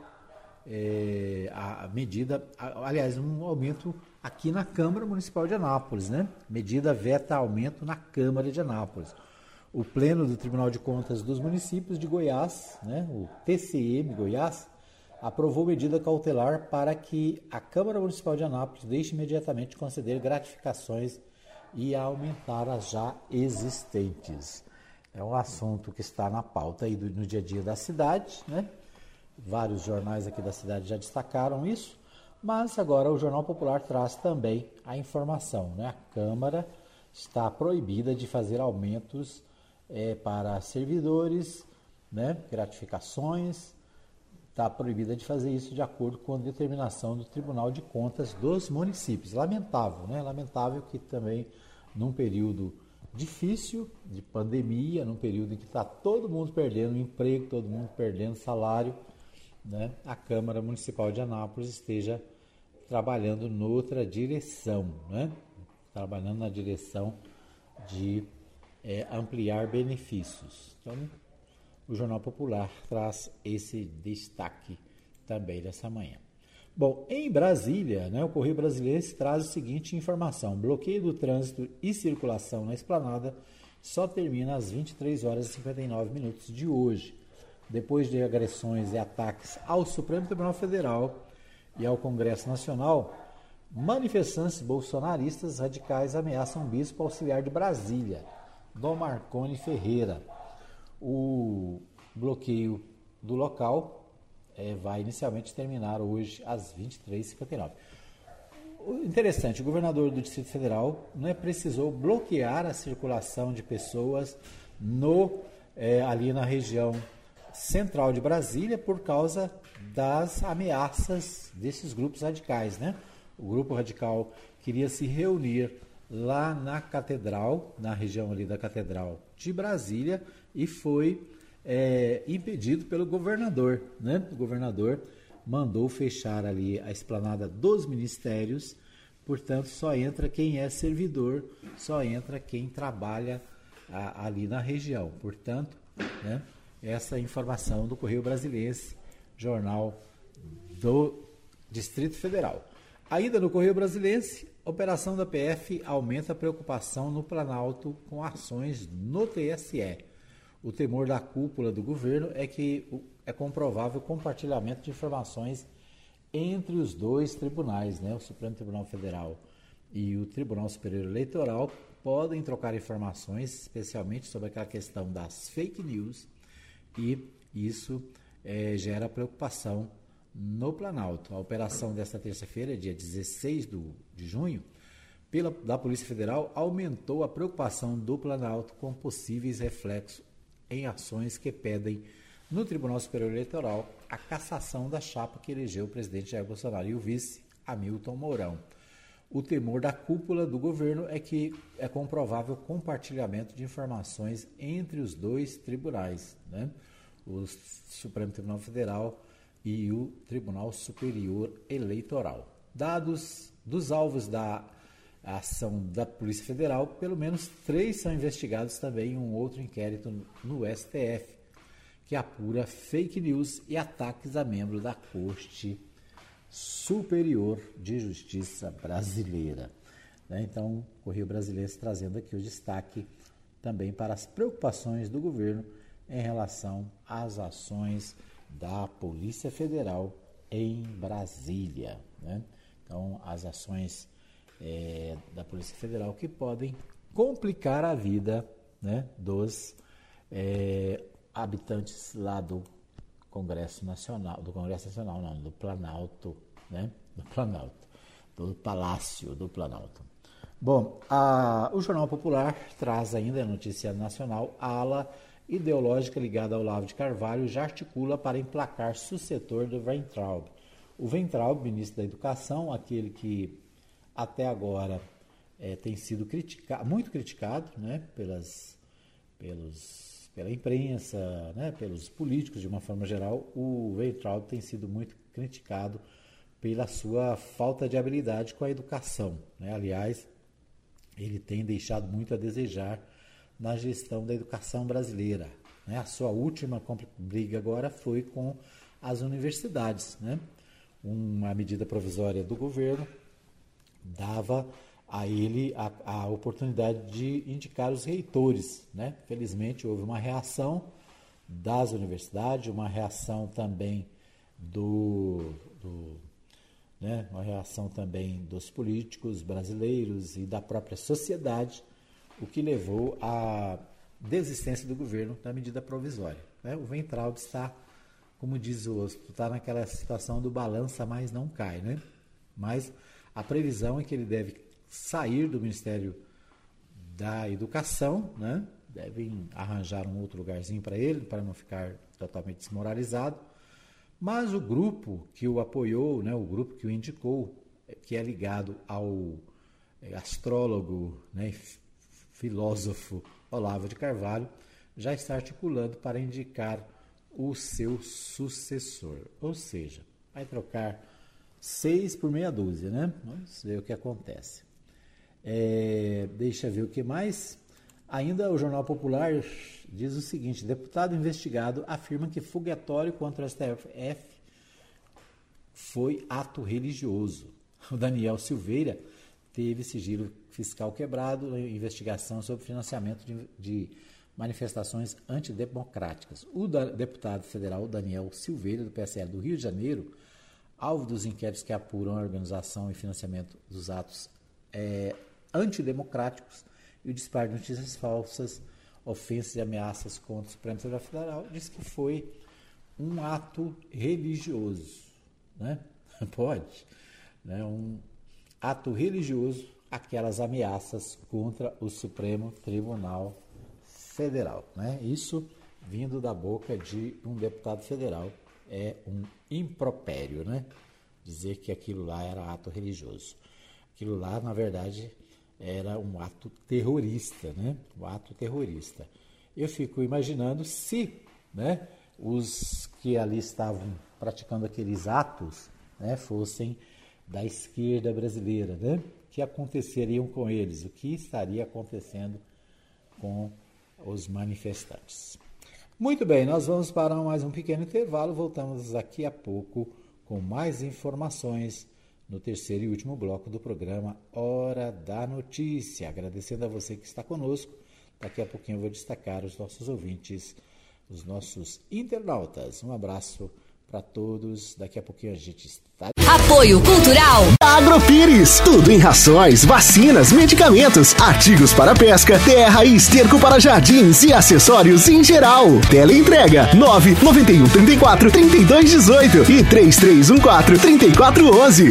é, a medida, aliás, um aumento aqui na Câmara Municipal de Anápolis, né? Medida veta aumento na Câmara de Anápolis. O Pleno do Tribunal de Contas dos Municípios de Goiás, né, o T C M Goiás, aprovou medida cautelar para que a Câmara Municipal de Anápolis deixe imediatamente de conceder gratificações e aumentar as já existentes. É um assunto que está na pauta aí do, no dia a dia da cidade, né? Vários jornais aqui da cidade já destacaram isso, mas agora o Jornal Popular traz também a informação, né? A Câmara está proibida de fazer aumentos é, para servidores, né? Gratificações, está proibida de fazer isso de acordo com a determinação do Tribunal de Contas dos municípios. Lamentável, né? Lamentável que também num período difícil de pandemia, num período em que está todo mundo perdendo emprego, todo mundo perdendo salário, né? A Câmara Municipal de Anápolis esteja trabalhando noutra direção, né? Trabalhando na direção de é, ampliar benefícios. Então, o Jornal Popular traz esse destaque também dessa manhã. Bom, em Brasília, né, o Correio Brasiliense traz a seguinte informação: bloqueio do trânsito e circulação na Esplanada só termina às vinte e três horas e cinquenta e nove minutos de hoje. Depois de agressões e ataques ao Supremo Tribunal Federal e ao Congresso Nacional, manifestantes bolsonaristas radicais ameaçam o bispo auxiliar de Brasília, Dom Marconi Ferreira. O bloqueio do local é, vai inicialmente terminar hoje às vinte e três e cinquenta e nove. O interessante, o governador do Distrito Federal não é, precisou bloquear a circulação de pessoas no, é, ali na região central de Brasília por causa das ameaças desses grupos radicais, né? O grupo radical queria se reunir lá na Catedral, na região ali da Catedral de Brasília, e foi é, impedido pelo governador, né? O governador mandou fechar ali a esplanada dos ministérios, portanto só entra quem é servidor, só entra quem trabalha a, ali na região. Portanto, né, essa informação do Correio Brasiliense, jornal do Distrito Federal. Ainda no Correio Brasiliense, operação da P F aumenta a preocupação no Planalto com ações no T S E. O temor da cúpula do governo é que é comprovável o compartilhamento de informações entre os dois tribunais, né? O Supremo Tribunal Federal e o Tribunal Superior Eleitoral podem trocar informações, especialmente sobre aquela questão das fake news, e isso é, gera preocupação no Planalto. A operação desta terça-feira, dia dezesseis do, de junho, pela, da Polícia Federal, aumentou a preocupação do Planalto com possíveis reflexos em ações que pedem no Tribunal Superior Eleitoral a cassação da chapa que elegeu o presidente Jair Bolsonaro e o vice Hamilton Mourão. O temor da cúpula do governo é que é comprovável compartilhamento de informações entre os dois tribunais, né? O Supremo Tribunal Federal e o Tribunal Superior Eleitoral. Dados dos alvos da ação da Polícia Federal, pelo menos três são investigados também em um outro inquérito no S T F, que apura fake news e ataques a membros da Corte Superior de Justiça Brasileira. Então, o Correio Brasiliense trazendo aqui o destaque também para as preocupações do governo em relação às ações da Polícia Federal em Brasília, né? Então, as ações é, da Polícia Federal que podem complicar a vida, né, dos é, habitantes lá do Congresso Nacional, do Congresso Nacional, não, do Planalto, né, do Planalto, do Palácio do Planalto. Bom, a, o Jornal Popular traz ainda a notícia nacional: a ala ideológica ligada ao Olavo de Carvalho já articula para emplacar sucessor do Weintraub. O Weintraub, ministro da Educação, aquele que até agora é, tem sido critica, muito criticado, né, pelas, pelos, pela imprensa, né, pelos políticos de uma forma geral, o Weintraub tem sido muito criticado pela sua falta de habilidade com a educação, né? Aliás, ele tem deixado muito a desejar na gestão da educação brasileira, né? A sua última briga agora foi com as universidades, né? Uma medida provisória do governo dava a ele a, a oportunidade de indicar os reitores, né? Felizmente houve uma reação das universidades, uma reação também do, do né, uma reação também dos políticos brasileiros e da própria sociedade, o que levou à desistência do governo da medida provisória. Né? O Weintraub está, como diz o outro, está naquela situação do balança, mas não cai. Né? Mas a previsão é que ele deve sair do Ministério da Educação, né? Devem arranjar um outro lugarzinho para ele, para não ficar totalmente desmoralizado. Mas o grupo que o apoiou, né, o grupo que o indicou, que é ligado ao astrólogo, né, filósofo Olavo de Carvalho, já está articulando para indicar o seu sucessor. Ou seja, vai trocar seis por meia dúzia, né? Vamos ver o que acontece. É, deixa eu ver o que mais. Ainda o Jornal Popular diz o seguinte: deputado investigado afirma que foguetório contra o S T F foi ato religioso. O Daniel Silveira teve sigilo fiscal quebrado em investigação sobre financiamento de, de manifestações antidemocráticas. O da, deputado federal Daniel Silveira, do P S L do Rio de Janeiro, alvo dos inquéritos que apuram a organização e financiamento dos atos é, antidemocráticos e o disparo de notícias falsas, ofensas e ameaças contra o Supremo Tribunal Federal, diz que foi um ato religioso. Né? Pode. Né? Um ato religioso, aquelas ameaças contra o Supremo Tribunal Federal. Né? Isso, vindo da boca de um deputado federal, é um impropério, né? Dizer que aquilo lá era ato religioso. Aquilo lá, na verdade, era um ato terrorista, né? Um ato terrorista. Eu fico imaginando se, né, os que ali estavam praticando aqueles atos, né, fossem da esquerda brasileira, né? O que aconteceriam com eles? O que estaria acontecendo com os manifestantes? Muito bem, nós vamos para mais um pequeno intervalo. Voltamos daqui a pouco com mais informações no terceiro e último bloco do programa Hora da Notícia. Agradecendo a você que está conosco. Daqui a pouquinho eu vou destacar os nossos ouvintes, os nossos internautas. Um abraço para todos. Daqui a pouquinho a gente está... Apoio Cultural Agropires, tudo em rações, vacinas, medicamentos, artigos para pesca, terra e esterco para jardins e acessórios em geral. Teleentrega nove nove um três quatro, três dois um oito e três três um quatro, três quatro um um.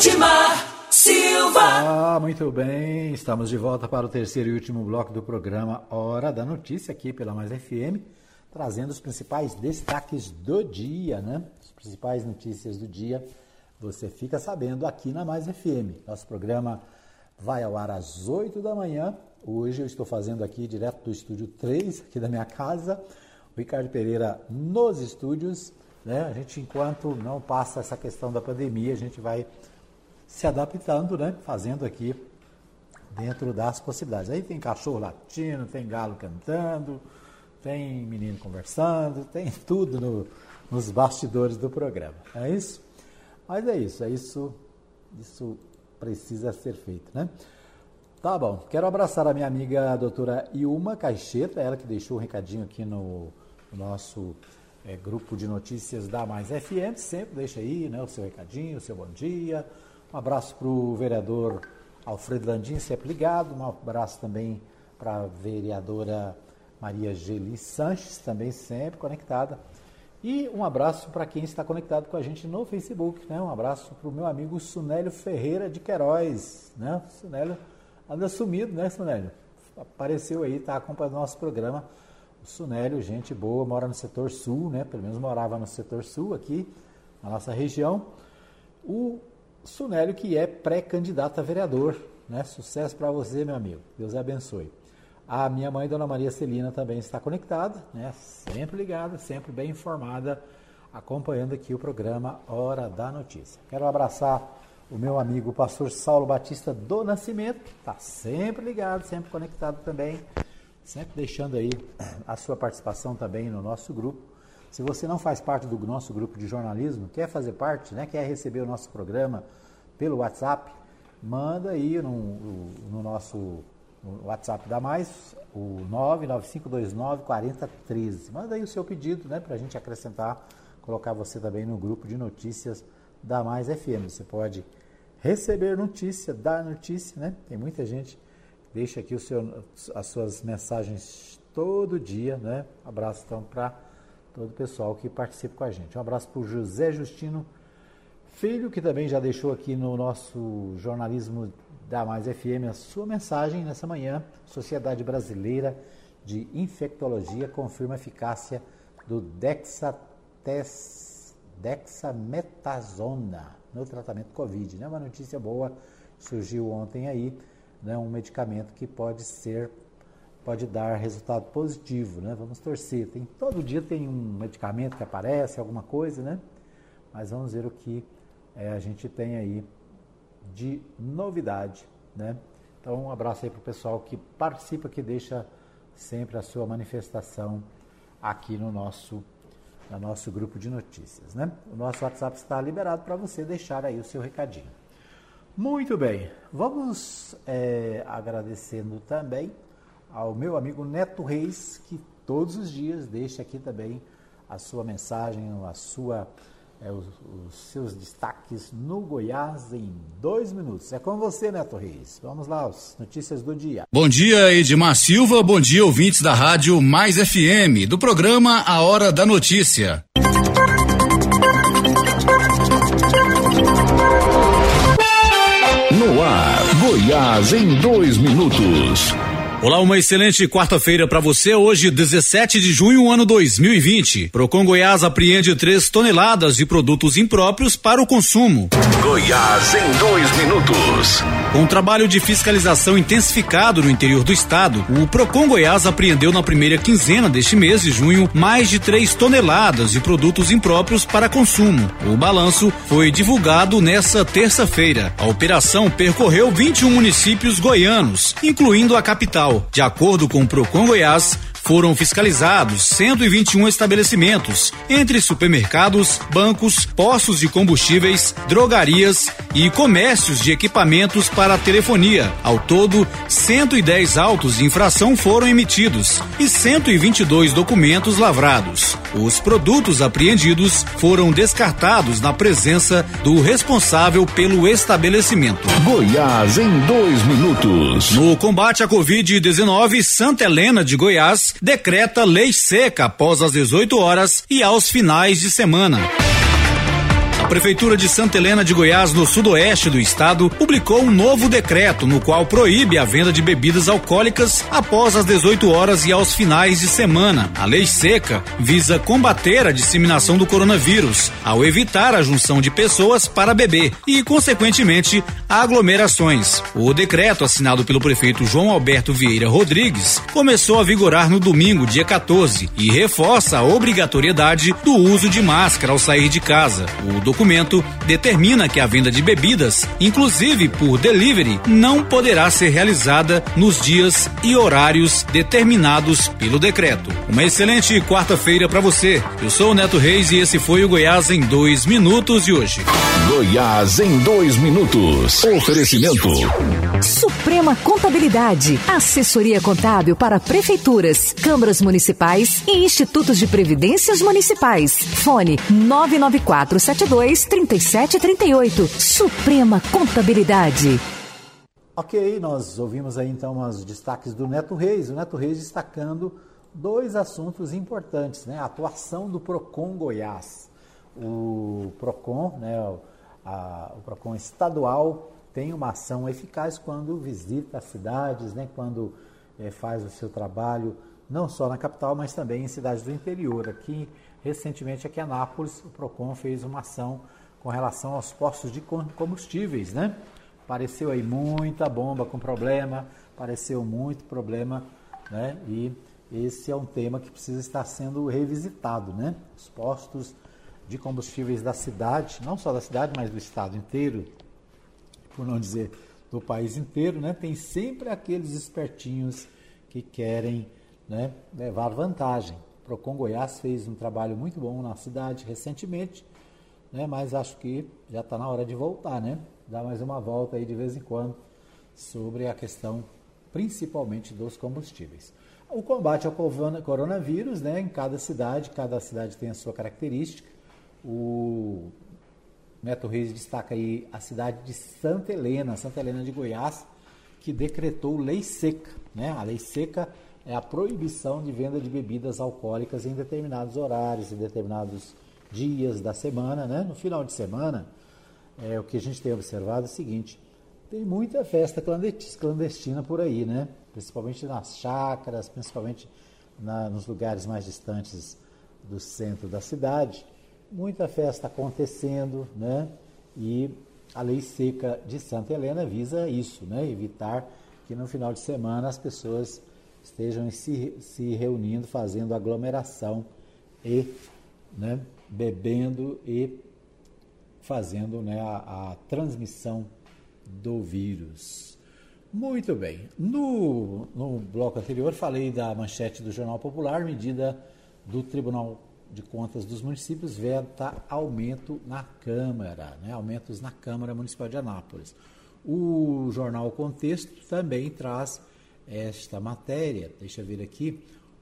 Edmar Silva. Ah, muito bem, estamos de volta para o terceiro e último bloco do programa Hora da Notícia, aqui pela Mais F M, trazendo os principais destaques do dia, né? As principais notícias do dia. Você fica sabendo aqui na Mais F M. Nosso programa vai ao ar às oito da manhã. Hoje eu estou fazendo aqui direto do estúdio três, aqui da minha casa. O Ricardo Pereira nos estúdios. Né? A gente, enquanto não passa essa questão da pandemia, a gente vai se adaptando, né? Fazendo aqui dentro das possibilidades. Aí tem cachorro latindo, tem galo cantando, tem menino conversando, tem tudo no, nos bastidores do programa. É isso? Mas é isso, é isso, isso precisa ser feito, né? Tá bom, quero abraçar a minha amiga a doutora Ilma Caixeta, ela que deixou um recadinho aqui no, no nosso é, grupo de notícias da Mais F M, sempre deixa aí, né, o seu recadinho, o seu bom dia. Um abraço para o vereador Alfredo Landim, sempre ligado, um abraço também para a vereadora Maria Geli Sanches, também sempre conectada. E um abraço para quem está conectado com a gente no Facebook, né? Um abraço para o meu amigo Sunélio Ferreira de Queiroz, né? O Sunélio anda sumido, né, Sunélio? Apareceu aí, está acompanhando o nosso programa. O Sunélio, gente boa, mora no setor sul, né? Pelo menos morava no setor sul aqui, na nossa região. O Sunélio, que é pré-candidato a vereador, né? Sucesso para você, meu amigo. Deus abençoe. A minha mãe, Dona Maria Celina, também está conectada, né? Sempre ligada, sempre bem informada, acompanhando aqui o programa Hora da Notícia. Quero abraçar o meu amigo, o pastor Saulo Batista do Nascimento, está sempre ligado, sempre conectado também, sempre deixando aí a sua participação também no nosso grupo. Se você não faz parte do nosso grupo de jornalismo, quer fazer parte, né? Quer receber o nosso programa pelo WhatsApp, manda aí no, no nosso... O WhatsApp da Mais, o nove nove cinco dois nove, quatro zero um três. Manda aí o seu pedido, né, para a gente acrescentar colocar você também no grupo de notícias da Mais F M. Você pode receber notícia, dar notícia, né? Tem muita gente que deixa aqui o seu, as suas mensagens todo dia, né? Abraço então para todo o pessoal que participa com a gente. Um abraço para o José Justino Filho, que também já deixou aqui no nosso jornalismo da Mais F M a sua mensagem nessa manhã. Sociedade Brasileira de Infectologia confirma a eficácia do dexates, dexametasona no tratamento Covid. Né? Uma notícia boa, surgiu ontem aí, né? Um medicamento que pode ser, pode dar resultado positivo, né? Vamos torcer. Tem, todo dia tem um medicamento que aparece, alguma coisa, né? Mas vamos ver o que é, a gente tem aí de novidade, né? Então, um abraço aí para o pessoal que participa, que deixa sempre a sua manifestação aqui no nosso, no nosso grupo de notícias, né? O nosso WhatsApp está liberado para você deixar aí o seu recadinho. Muito bem, vamos é, agradecendo também ao meu amigo Neto Reis, que todos os dias deixa aqui também a sua mensagem, a sua, é, os, os seus destaques no Goiás em dois minutos. É com você, Neto Reis. Vamos lá, as notícias do dia. Bom dia, Edmar Silva. Bom dia, ouvintes da rádio Mais F M, do programa A Hora da Notícia. No ar, Goiás em dois minutos. Olá, uma excelente quarta-feira para você. Hoje, dezessete de junho, ano dois mil e vinte. Procon Goiás apreende três toneladas de produtos impróprios para o consumo. Goiás em dois minutos. Com um trabalho de fiscalização intensificado no interior do estado, o Procon Goiás apreendeu na primeira quinzena deste mês de junho mais de três toneladas de produtos impróprios para consumo. O balanço foi divulgado nesta terça-feira. A operação percorreu vinte e um municípios goianos, incluindo a capital. De acordo com o Procon Goiás, foram fiscalizados cento e vinte e um estabelecimentos, entre supermercados, bancos, postos de combustíveis, drogarias e comércios de equipamentos para telefonia. Ao todo, cento e dez autos de infração foram emitidos e cento e vinte e dois documentos lavrados. Os produtos apreendidos foram descartados na presença do responsável pelo estabelecimento. Goiás em dois minutos. No combate à covid dezenove, Santa Helena de Goiás decreta lei seca após as dezoito horas e aos finais de semana. A Prefeitura de Santa Helena de Goiás, no sudoeste do estado, publicou um novo decreto no qual proíbe a venda de bebidas alcoólicas após as dezoito horas e aos finais de semana. A lei seca visa combater a disseminação do coronavírus, ao evitar a junção de pessoas para beber e, consequentemente, aglomerações. O decreto, assinado pelo prefeito João Alberto Vieira Rodrigues, começou a vigorar no domingo, dia quatorze, e reforça a obrigatoriedade do uso de máscara ao sair de casa. O O documento determina que a venda de bebidas, inclusive por delivery, não poderá ser realizada nos dias e horários determinados pelo decreto. Uma excelente quarta-feira para você. Eu sou o Neto Reis e esse foi o Goiás em dois minutos de hoje. Goiás em dois minutos. Oferecimento. Suprema Contabilidade, assessoria contábil para prefeituras, câmaras municipais e institutos de previdências municipais. Fone nove nove quatro sete dois trinta e sete trinta e oito. Suprema Contabilidade. Ok, nós ouvimos aí então os destaques do Neto Reis. O Neto Reis destacando dois assuntos importantes, né? A atuação do Procon Goiás. O Procon, né, o, a, o Procon estadual tem uma ação eficaz quando visita as cidades, né, quando é, faz o seu trabalho, não só na capital, mas também em cidades do interior. Aqui, recentemente, aqui em Anápolis, o Procon fez uma ação com relação aos postos de combustíveis, né? Apareceu aí muita bomba com problema, apareceu muito problema, né? E esse é um tema que precisa estar sendo revisitado, né? Os postos de combustíveis da cidade, não só da cidade, mas do estado inteiro, por não dizer do país inteiro, né? Tem sempre aqueles espertinhos que querem, né, levar vantagem. O Procon Goiás fez um trabalho muito bom na cidade recentemente, né? Mas acho que já está na hora de voltar, né? Dar mais uma volta aí de vez em quando sobre a questão principalmente dos combustíveis. O combate ao coronavírus, né? Em cada cidade, cada cidade tem a sua característica, o Neto Reis destaca aí a cidade de Santa Helena, Santa Helena de Goiás, que decretou lei seca, né? A lei seca é a proibição de venda de bebidas alcoólicas em determinados horários, em determinados dias da semana, né? No final de semana, é, o que a gente tem observado é o seguinte: tem muita festa clandestina por aí, né? Principalmente nas chácaras, principalmente na, nos lugares mais distantes do centro da cidade. Muita festa acontecendo, né? E a lei seca de Santa Helena visa isso, né? Evitar que no final de semana as pessoas estejam se, se reunindo, fazendo aglomeração e, né, bebendo e fazendo, né, a, a transmissão do vírus. Muito bem. No, no bloco anterior falei da manchete do Jornal Popular: medida do Tribunal de Contas dos Municípios veta aumento na Câmara, né? Aumentos na Câmara Municipal de Anápolis. O jornal Contexto também traz esta matéria. Deixa eu ver aqui.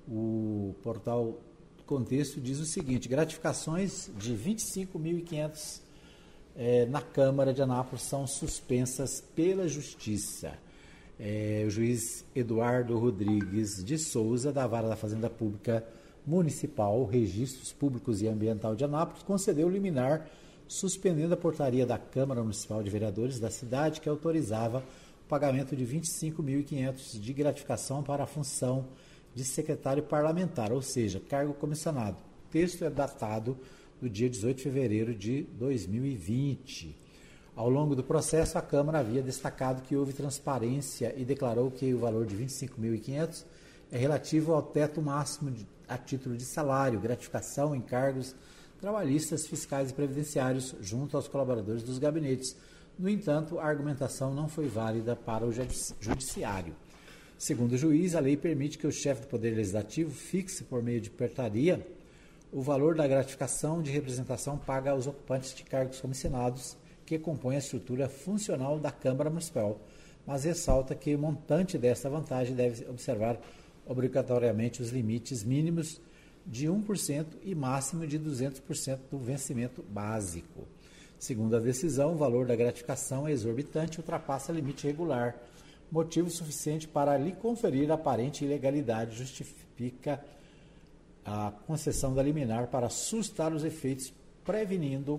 O portal Contexto diz o seguinte: gratificações de vinte e cinco mil e quinhentos eh, na Câmara de Anápolis são suspensas pela Justiça. Eh, o juiz Eduardo Rodrigues de Souza, da Vara da Fazenda Pública Municipal, Registros Públicos e Ambiental de Anápolis, concedeu liminar suspendendo a portaria da Câmara Municipal de Vereadores da cidade que autorizava o pagamento de vinte e cinco mil e quinhentos de gratificação para a função de secretário parlamentar, ou seja, cargo comissionado. O texto é datado do dia dezoito de fevereiro de dois mil e vinte. Ao longo do processo, a Câmara havia destacado que houve transparência e declarou que o valor de vinte e cinco mil e quinhentos é relativo ao teto máximo de, a título de salário, gratificação, encargos trabalhistas, fiscais e previdenciários junto aos colaboradores dos gabinetes. No entanto, a argumentação não foi válida para o judiciário. Segundo o juiz, a lei permite que o chefe do Poder Legislativo fixe, por meio de portaria, o valor da gratificação de representação paga aos ocupantes de cargos comissionados que compõem a estrutura funcional da Câmara Municipal, mas ressalta que o montante desta vantagem deve observar obrigatoriamente os limites mínimos de um por cento e máximo de duzentos por cento do vencimento básico. Segundo a decisão, o valor da gratificação é exorbitante e ultrapassa limite regular. Motivo suficiente para lhe conferir aparente ilegalidade justifica a concessão da liminar para sustar os efeitos, prevenindo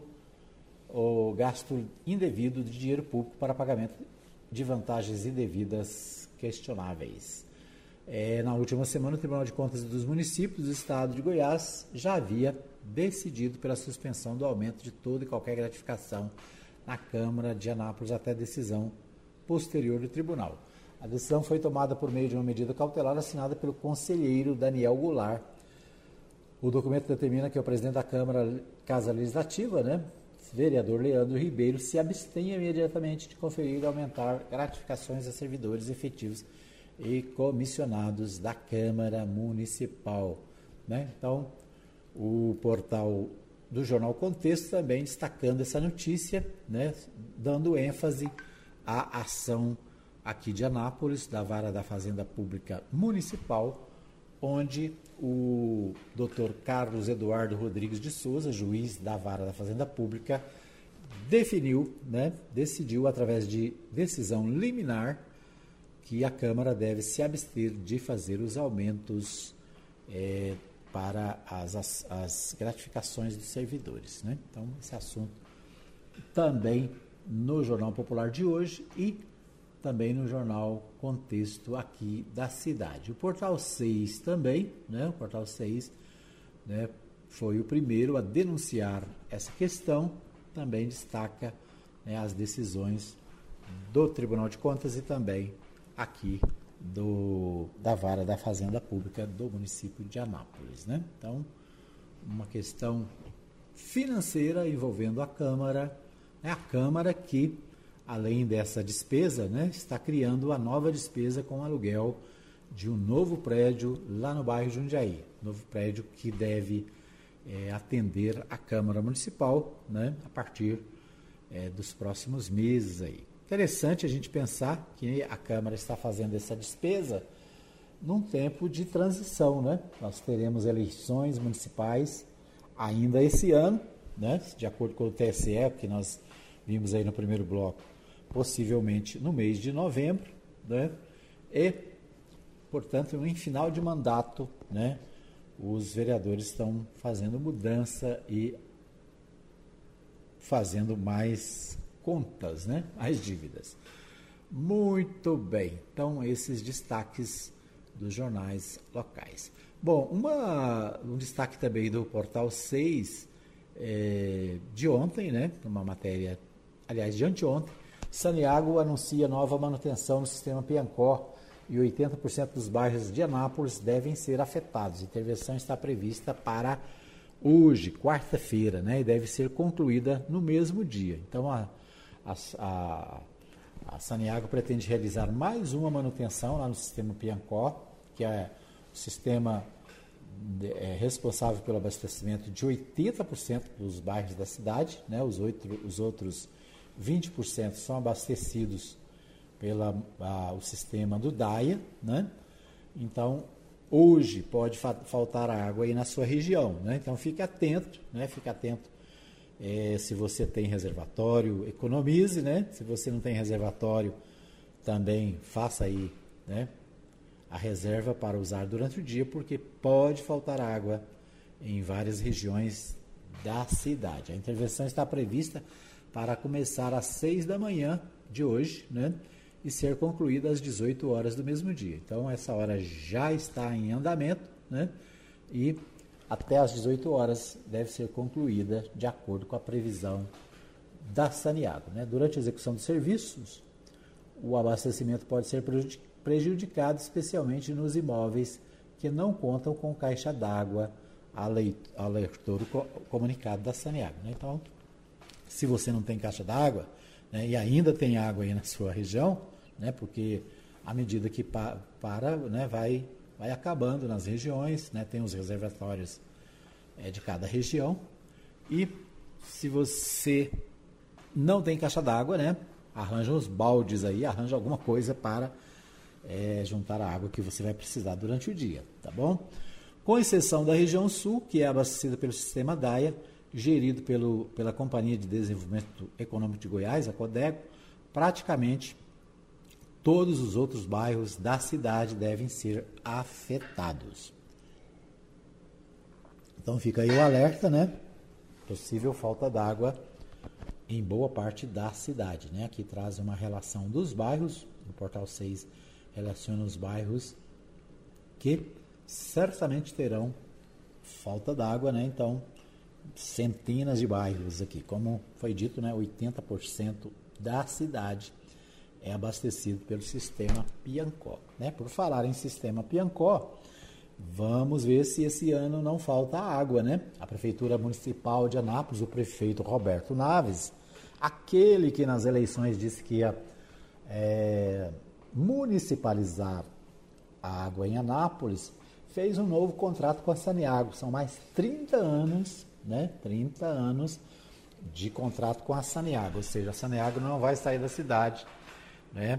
o gasto indevido de dinheiro público para pagamento de vantagens indevidas questionáveis. É, na última semana, o Tribunal de Contas dos Municípios do Estado de Goiás já havia decidido pela suspensão do aumento de toda e qualquer gratificação na Câmara de Anápolis até decisão posterior do tribunal. A decisão foi tomada por meio de uma medida cautelar assinada pelo conselheiro Daniel Goulart. O documento determina que o presidente da Câmara, Casa Legislativa, né, vereador Leandro Ribeiro, se abstenha imediatamente de conferir e aumentar gratificações a servidores efetivos e comissionados da Câmara Municipal, né? Então, o portal do Jornal Contexto também destacando essa notícia, né, dando ênfase à ação aqui de Anápolis, da Vara da Fazenda Pública Municipal, onde o doutor Carlos Eduardo Rodrigues de Souza, juiz da Vara da Fazenda Pública, definiu, né, decidiu através de decisão liminar que a Câmara deve se abster de fazer os aumentos é, para as, as, as gratificações dos servidores, né? Então, esse assunto também no Jornal Popular de hoje e também no Jornal Contexto aqui da cidade. O Portal seis também, né? O Portal seis, né, foi o primeiro a denunciar essa questão, também destaca, né, as decisões do Tribunal de Contas e também aqui do, da Vara da Fazenda Pública do município de Anápolis, né? Então, uma questão financeira envolvendo a Câmara, é a Câmara que, além dessa despesa, né, está criando a nova despesa com aluguel de um novo prédio lá no bairro Jundiaí, novo prédio que deve é, atender a Câmara Municipal, né, a partir é, dos próximos meses aí. Interessante a gente pensar que a Câmara está fazendo essa despesa num tempo de transição, né? Nós teremos eleições municipais ainda esse ano, né? De acordo com o T S E, que nós vimos aí no primeiro bloco, possivelmente no mês de novembro, né? E, portanto, em final de mandato, né? Os vereadores estão fazendo mudança e fazendo mais contas, né? Mais dívidas. Muito bem. Então, esses destaques dos jornais locais. Bom, uma, um destaque também do Portal seis é, de ontem, né? Uma matéria, aliás, de anteontem, Saniago anuncia nova manutenção no sistema Piancó e oitenta por cento dos bairros de Anápolis devem ser afetados. A intervenção está prevista para hoje, quarta-feira, né? E deve ser concluída no mesmo dia. Então, a, a, a, a Saniago pretende realizar mais uma manutenção lá no sistema Piancó, que é o sistema de, é, responsável pelo abastecimento de oitenta por cento dos bairros da cidade, né? Os, oito, os outros vinte por cento são abastecidos pelo o sistema do DAIA, né? Então, hoje pode fa faltar água aí na sua região, né? Então, fique atento, né? Fique atento é, se você tem reservatório, economize, né? Se você não tem reservatório, também faça aí, né? A reserva para usar durante o dia, porque pode faltar água em várias regiões da cidade. A intervenção está prevista para começar às seis da manhã de hoje, né? E ser concluída às dezoito horas do mesmo dia. Então, essa hora já está em andamento, né? E até às dezoito horas deve ser concluída de acordo com a previsão da Saniago, né? Durante a execução dos serviços, o abastecimento pode ser prejudicado, especialmente nos imóveis que não contam com caixa d'água, alertou o comunicado da Saniago, né? Então, se você não tem caixa d'água, né, e ainda tem água aí na sua região, né, porque à medida que pa para, né, vai, vai acabando nas regiões, né, tem os reservatórios é, de cada região, e se você não tem caixa d'água, né, arranja uns baldes aí, arranja alguma coisa para é, juntar a água que você vai precisar durante o dia, tá bom? Com exceção da região sul, que é abastecida pelo sistema DAIA, gerido pelo, pela Companhia de Desenvolvimento Econômico de Goiás, a CODEGO, praticamente todos os outros bairros da cidade devem ser afetados. Então fica aí o alerta, né? Possível falta d'água em boa parte da cidade, né? Aqui traz uma relação dos bairros, o Portal seis relaciona os bairros que certamente terão falta d'água, né? Então, centenas de bairros aqui, como foi dito, né? oitenta por cento da cidade é abastecido pelo sistema Piancó, né? Por falar em sistema Piancó, vamos ver se esse ano não falta água, né? A Prefeitura Municipal de Anápolis, o prefeito Roberto Naves, aquele que nas eleições disse que ia é, municipalizar a água em Anápolis, fez um novo contrato com a Saniago. São mais trinta anos, né? trinta anos de contrato com a Saniago, ou seja, a Saniago não vai sair da cidade, né,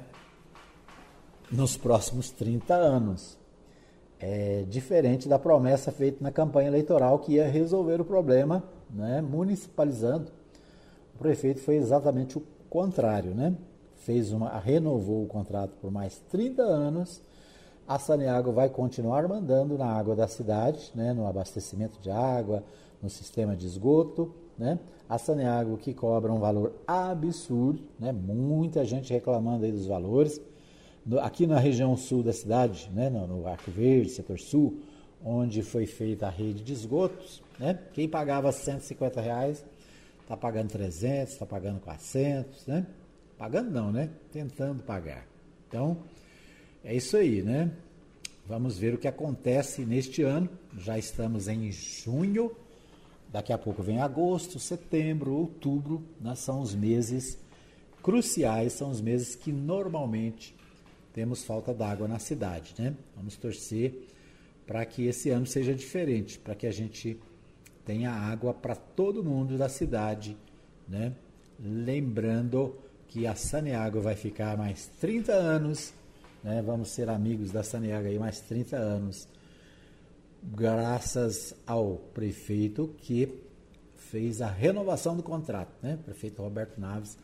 nos próximos trinta anos. É diferente da promessa feita na campanha eleitoral que ia resolver o problema, né, municipalizando. O prefeito foi exatamente o contrário, né? Fez uma, renovou o contrato por mais trinta anos. A Saniago vai continuar mandando na água da cidade, né, no abastecimento de água, no sistema de esgoto, né? A Saniago que cobra um valor absurdo, né? Muita gente reclamando aí dos valores. No, aqui na região sul da cidade, né? no, no Arco Verde, setor sul, onde foi feita a rede de esgotos, né? Quem pagava cento e cinquenta reais está pagando trezentos, está pagando quatrocentos, né? Pagando não, né? Tentando pagar. Então, é isso aí, né? Vamos ver o que acontece neste ano. Já estamos em junho. Daqui a pouco vem agosto, setembro, outubro, né? São os meses cruciais, são os meses que normalmente temos falta d'água na cidade, né? Vamos torcer para que esse ano seja diferente, para que a gente tenha água para todo mundo da cidade, né? Lembrando que a Saniago vai ficar mais trinta anos, né? Vamos ser amigos da Saniago aí mais trinta anos, graças ao prefeito que fez a renovação do contrato, né? O prefeito Roberto Naves,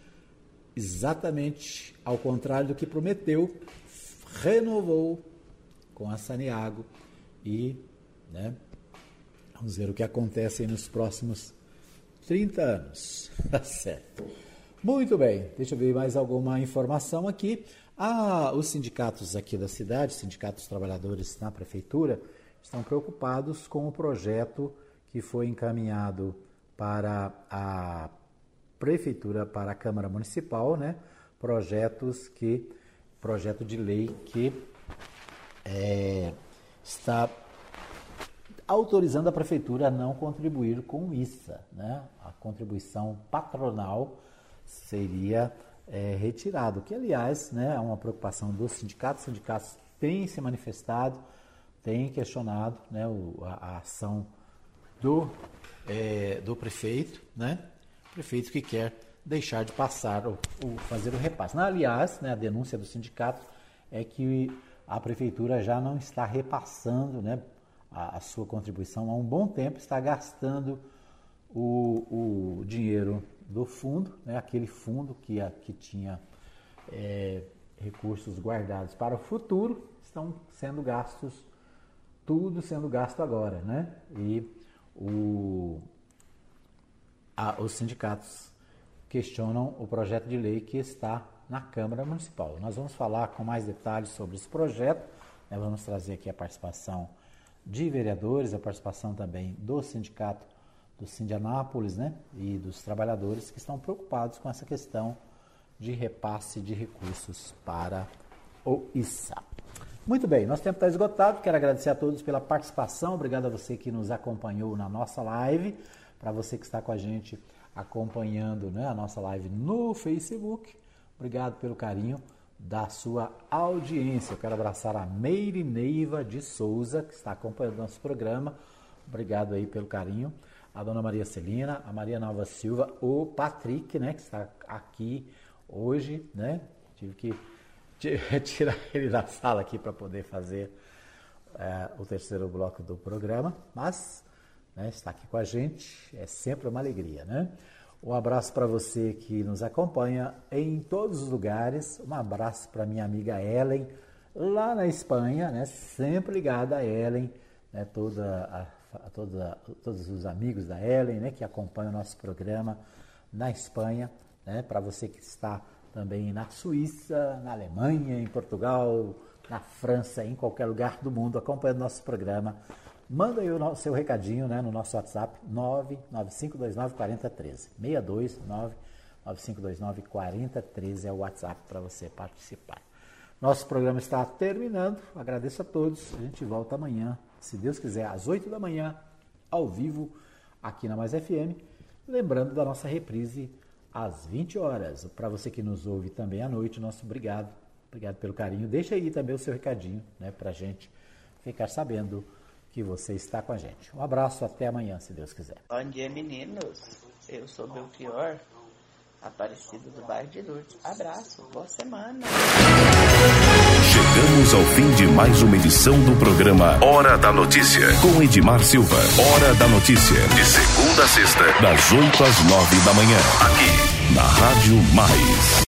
exatamente ao contrário do que prometeu, renovou com a Saniago e, né, vamos ver o que acontece aí nos próximos trinta anos. Tá certo. Muito bem, deixa eu ver mais alguma informação aqui. Ah, os sindicatos aqui da cidade, sindicatos trabalhadores na prefeitura, estão preocupados com o projeto que foi encaminhado para a prefeitura, para a Câmara Municipal, né? Projetos que, projeto de lei que é, está autorizando a prefeitura a não contribuir com o I S A, né? A contribuição patronal seria é, retirada, que aliás, né, é uma preocupação dos sindicatos. Os sindicatos têm se manifestado, têm questionado, né, o, a, a ação do, é, do prefeito, né? Prefeito que quer deixar de passar ou, ou fazer o repasse. Aliás, né, a denúncia do sindicato é que a prefeitura já não está repassando, né, a, a sua contribuição há um bom tempo, está gastando o, o dinheiro do fundo, né, aquele fundo que, a, que tinha é, recursos guardados para o futuro, estão sendo gastos, tudo sendo gasto agora, né? E o, a, os sindicatos questionam o projeto de lei que está na Câmara Municipal. Nós vamos falar com mais detalhes sobre esse projeto, né, vamos trazer aqui a participação de vereadores, a participação também do sindicato do Sindianápolis, né, e dos trabalhadores que estão preocupados com essa questão de repasse de recursos para o I S A. Muito bem, nosso tempo está esgotado, quero agradecer a todos pela participação, obrigado a você que nos acompanhou na nossa live, para você que está com a gente acompanhando, né, a nossa live no Facebook, obrigado pelo carinho da sua audiência. Eu quero abraçar a Meire Neiva de Souza, que está acompanhando nosso programa, obrigado aí pelo carinho. A dona Maria Celina, a Maria Nova Silva, o Patrick, né, que está aqui hoje, né, tive que tirar ele da sala aqui para poder fazer é, o terceiro bloco do programa, mas, né, está aqui com a gente, é sempre uma alegria, né. Um abraço para você que nos acompanha em todos os lugares, um abraço para minha amiga Ellen, lá na Espanha, né, sempre ligada a Ellen, né, toda a a toda, todos os amigos da Ellen, né, que acompanham o nosso programa na Espanha, né, para você que está também na Suíça, na Alemanha, em Portugal, na França, em qualquer lugar do mundo acompanhando o nosso programa, manda aí o nosso, seu recadinho, né, no nosso WhatsApp nove nove cinco dois nove quatro zero um três, seis dois nove nove cinco dois nove quatro zero um três é o WhatsApp para você participar. Nosso programa está terminando, agradeço a todos, a gente volta amanhã, se Deus quiser, às oito da manhã, ao vivo, aqui na Mais F M, lembrando da nossa reprise às vinte horas. Para você que nos ouve também à noite, nosso obrigado, obrigado pelo carinho. Deixa aí também o seu recadinho, né, para a gente ficar sabendo que você está com a gente. Um abraço, até amanhã, se Deus quiser. Bom dia, meninos. Eu sou Belchior, Aparecido do bairro de Lourdes. Abraço, boa semana. Chegamos ao fim de mais uma edição do programa Hora da Notícia, com Edmar Silva. Hora da Notícia, de segunda a sexta, das oito às nove da manhã, aqui na Rádio Mais.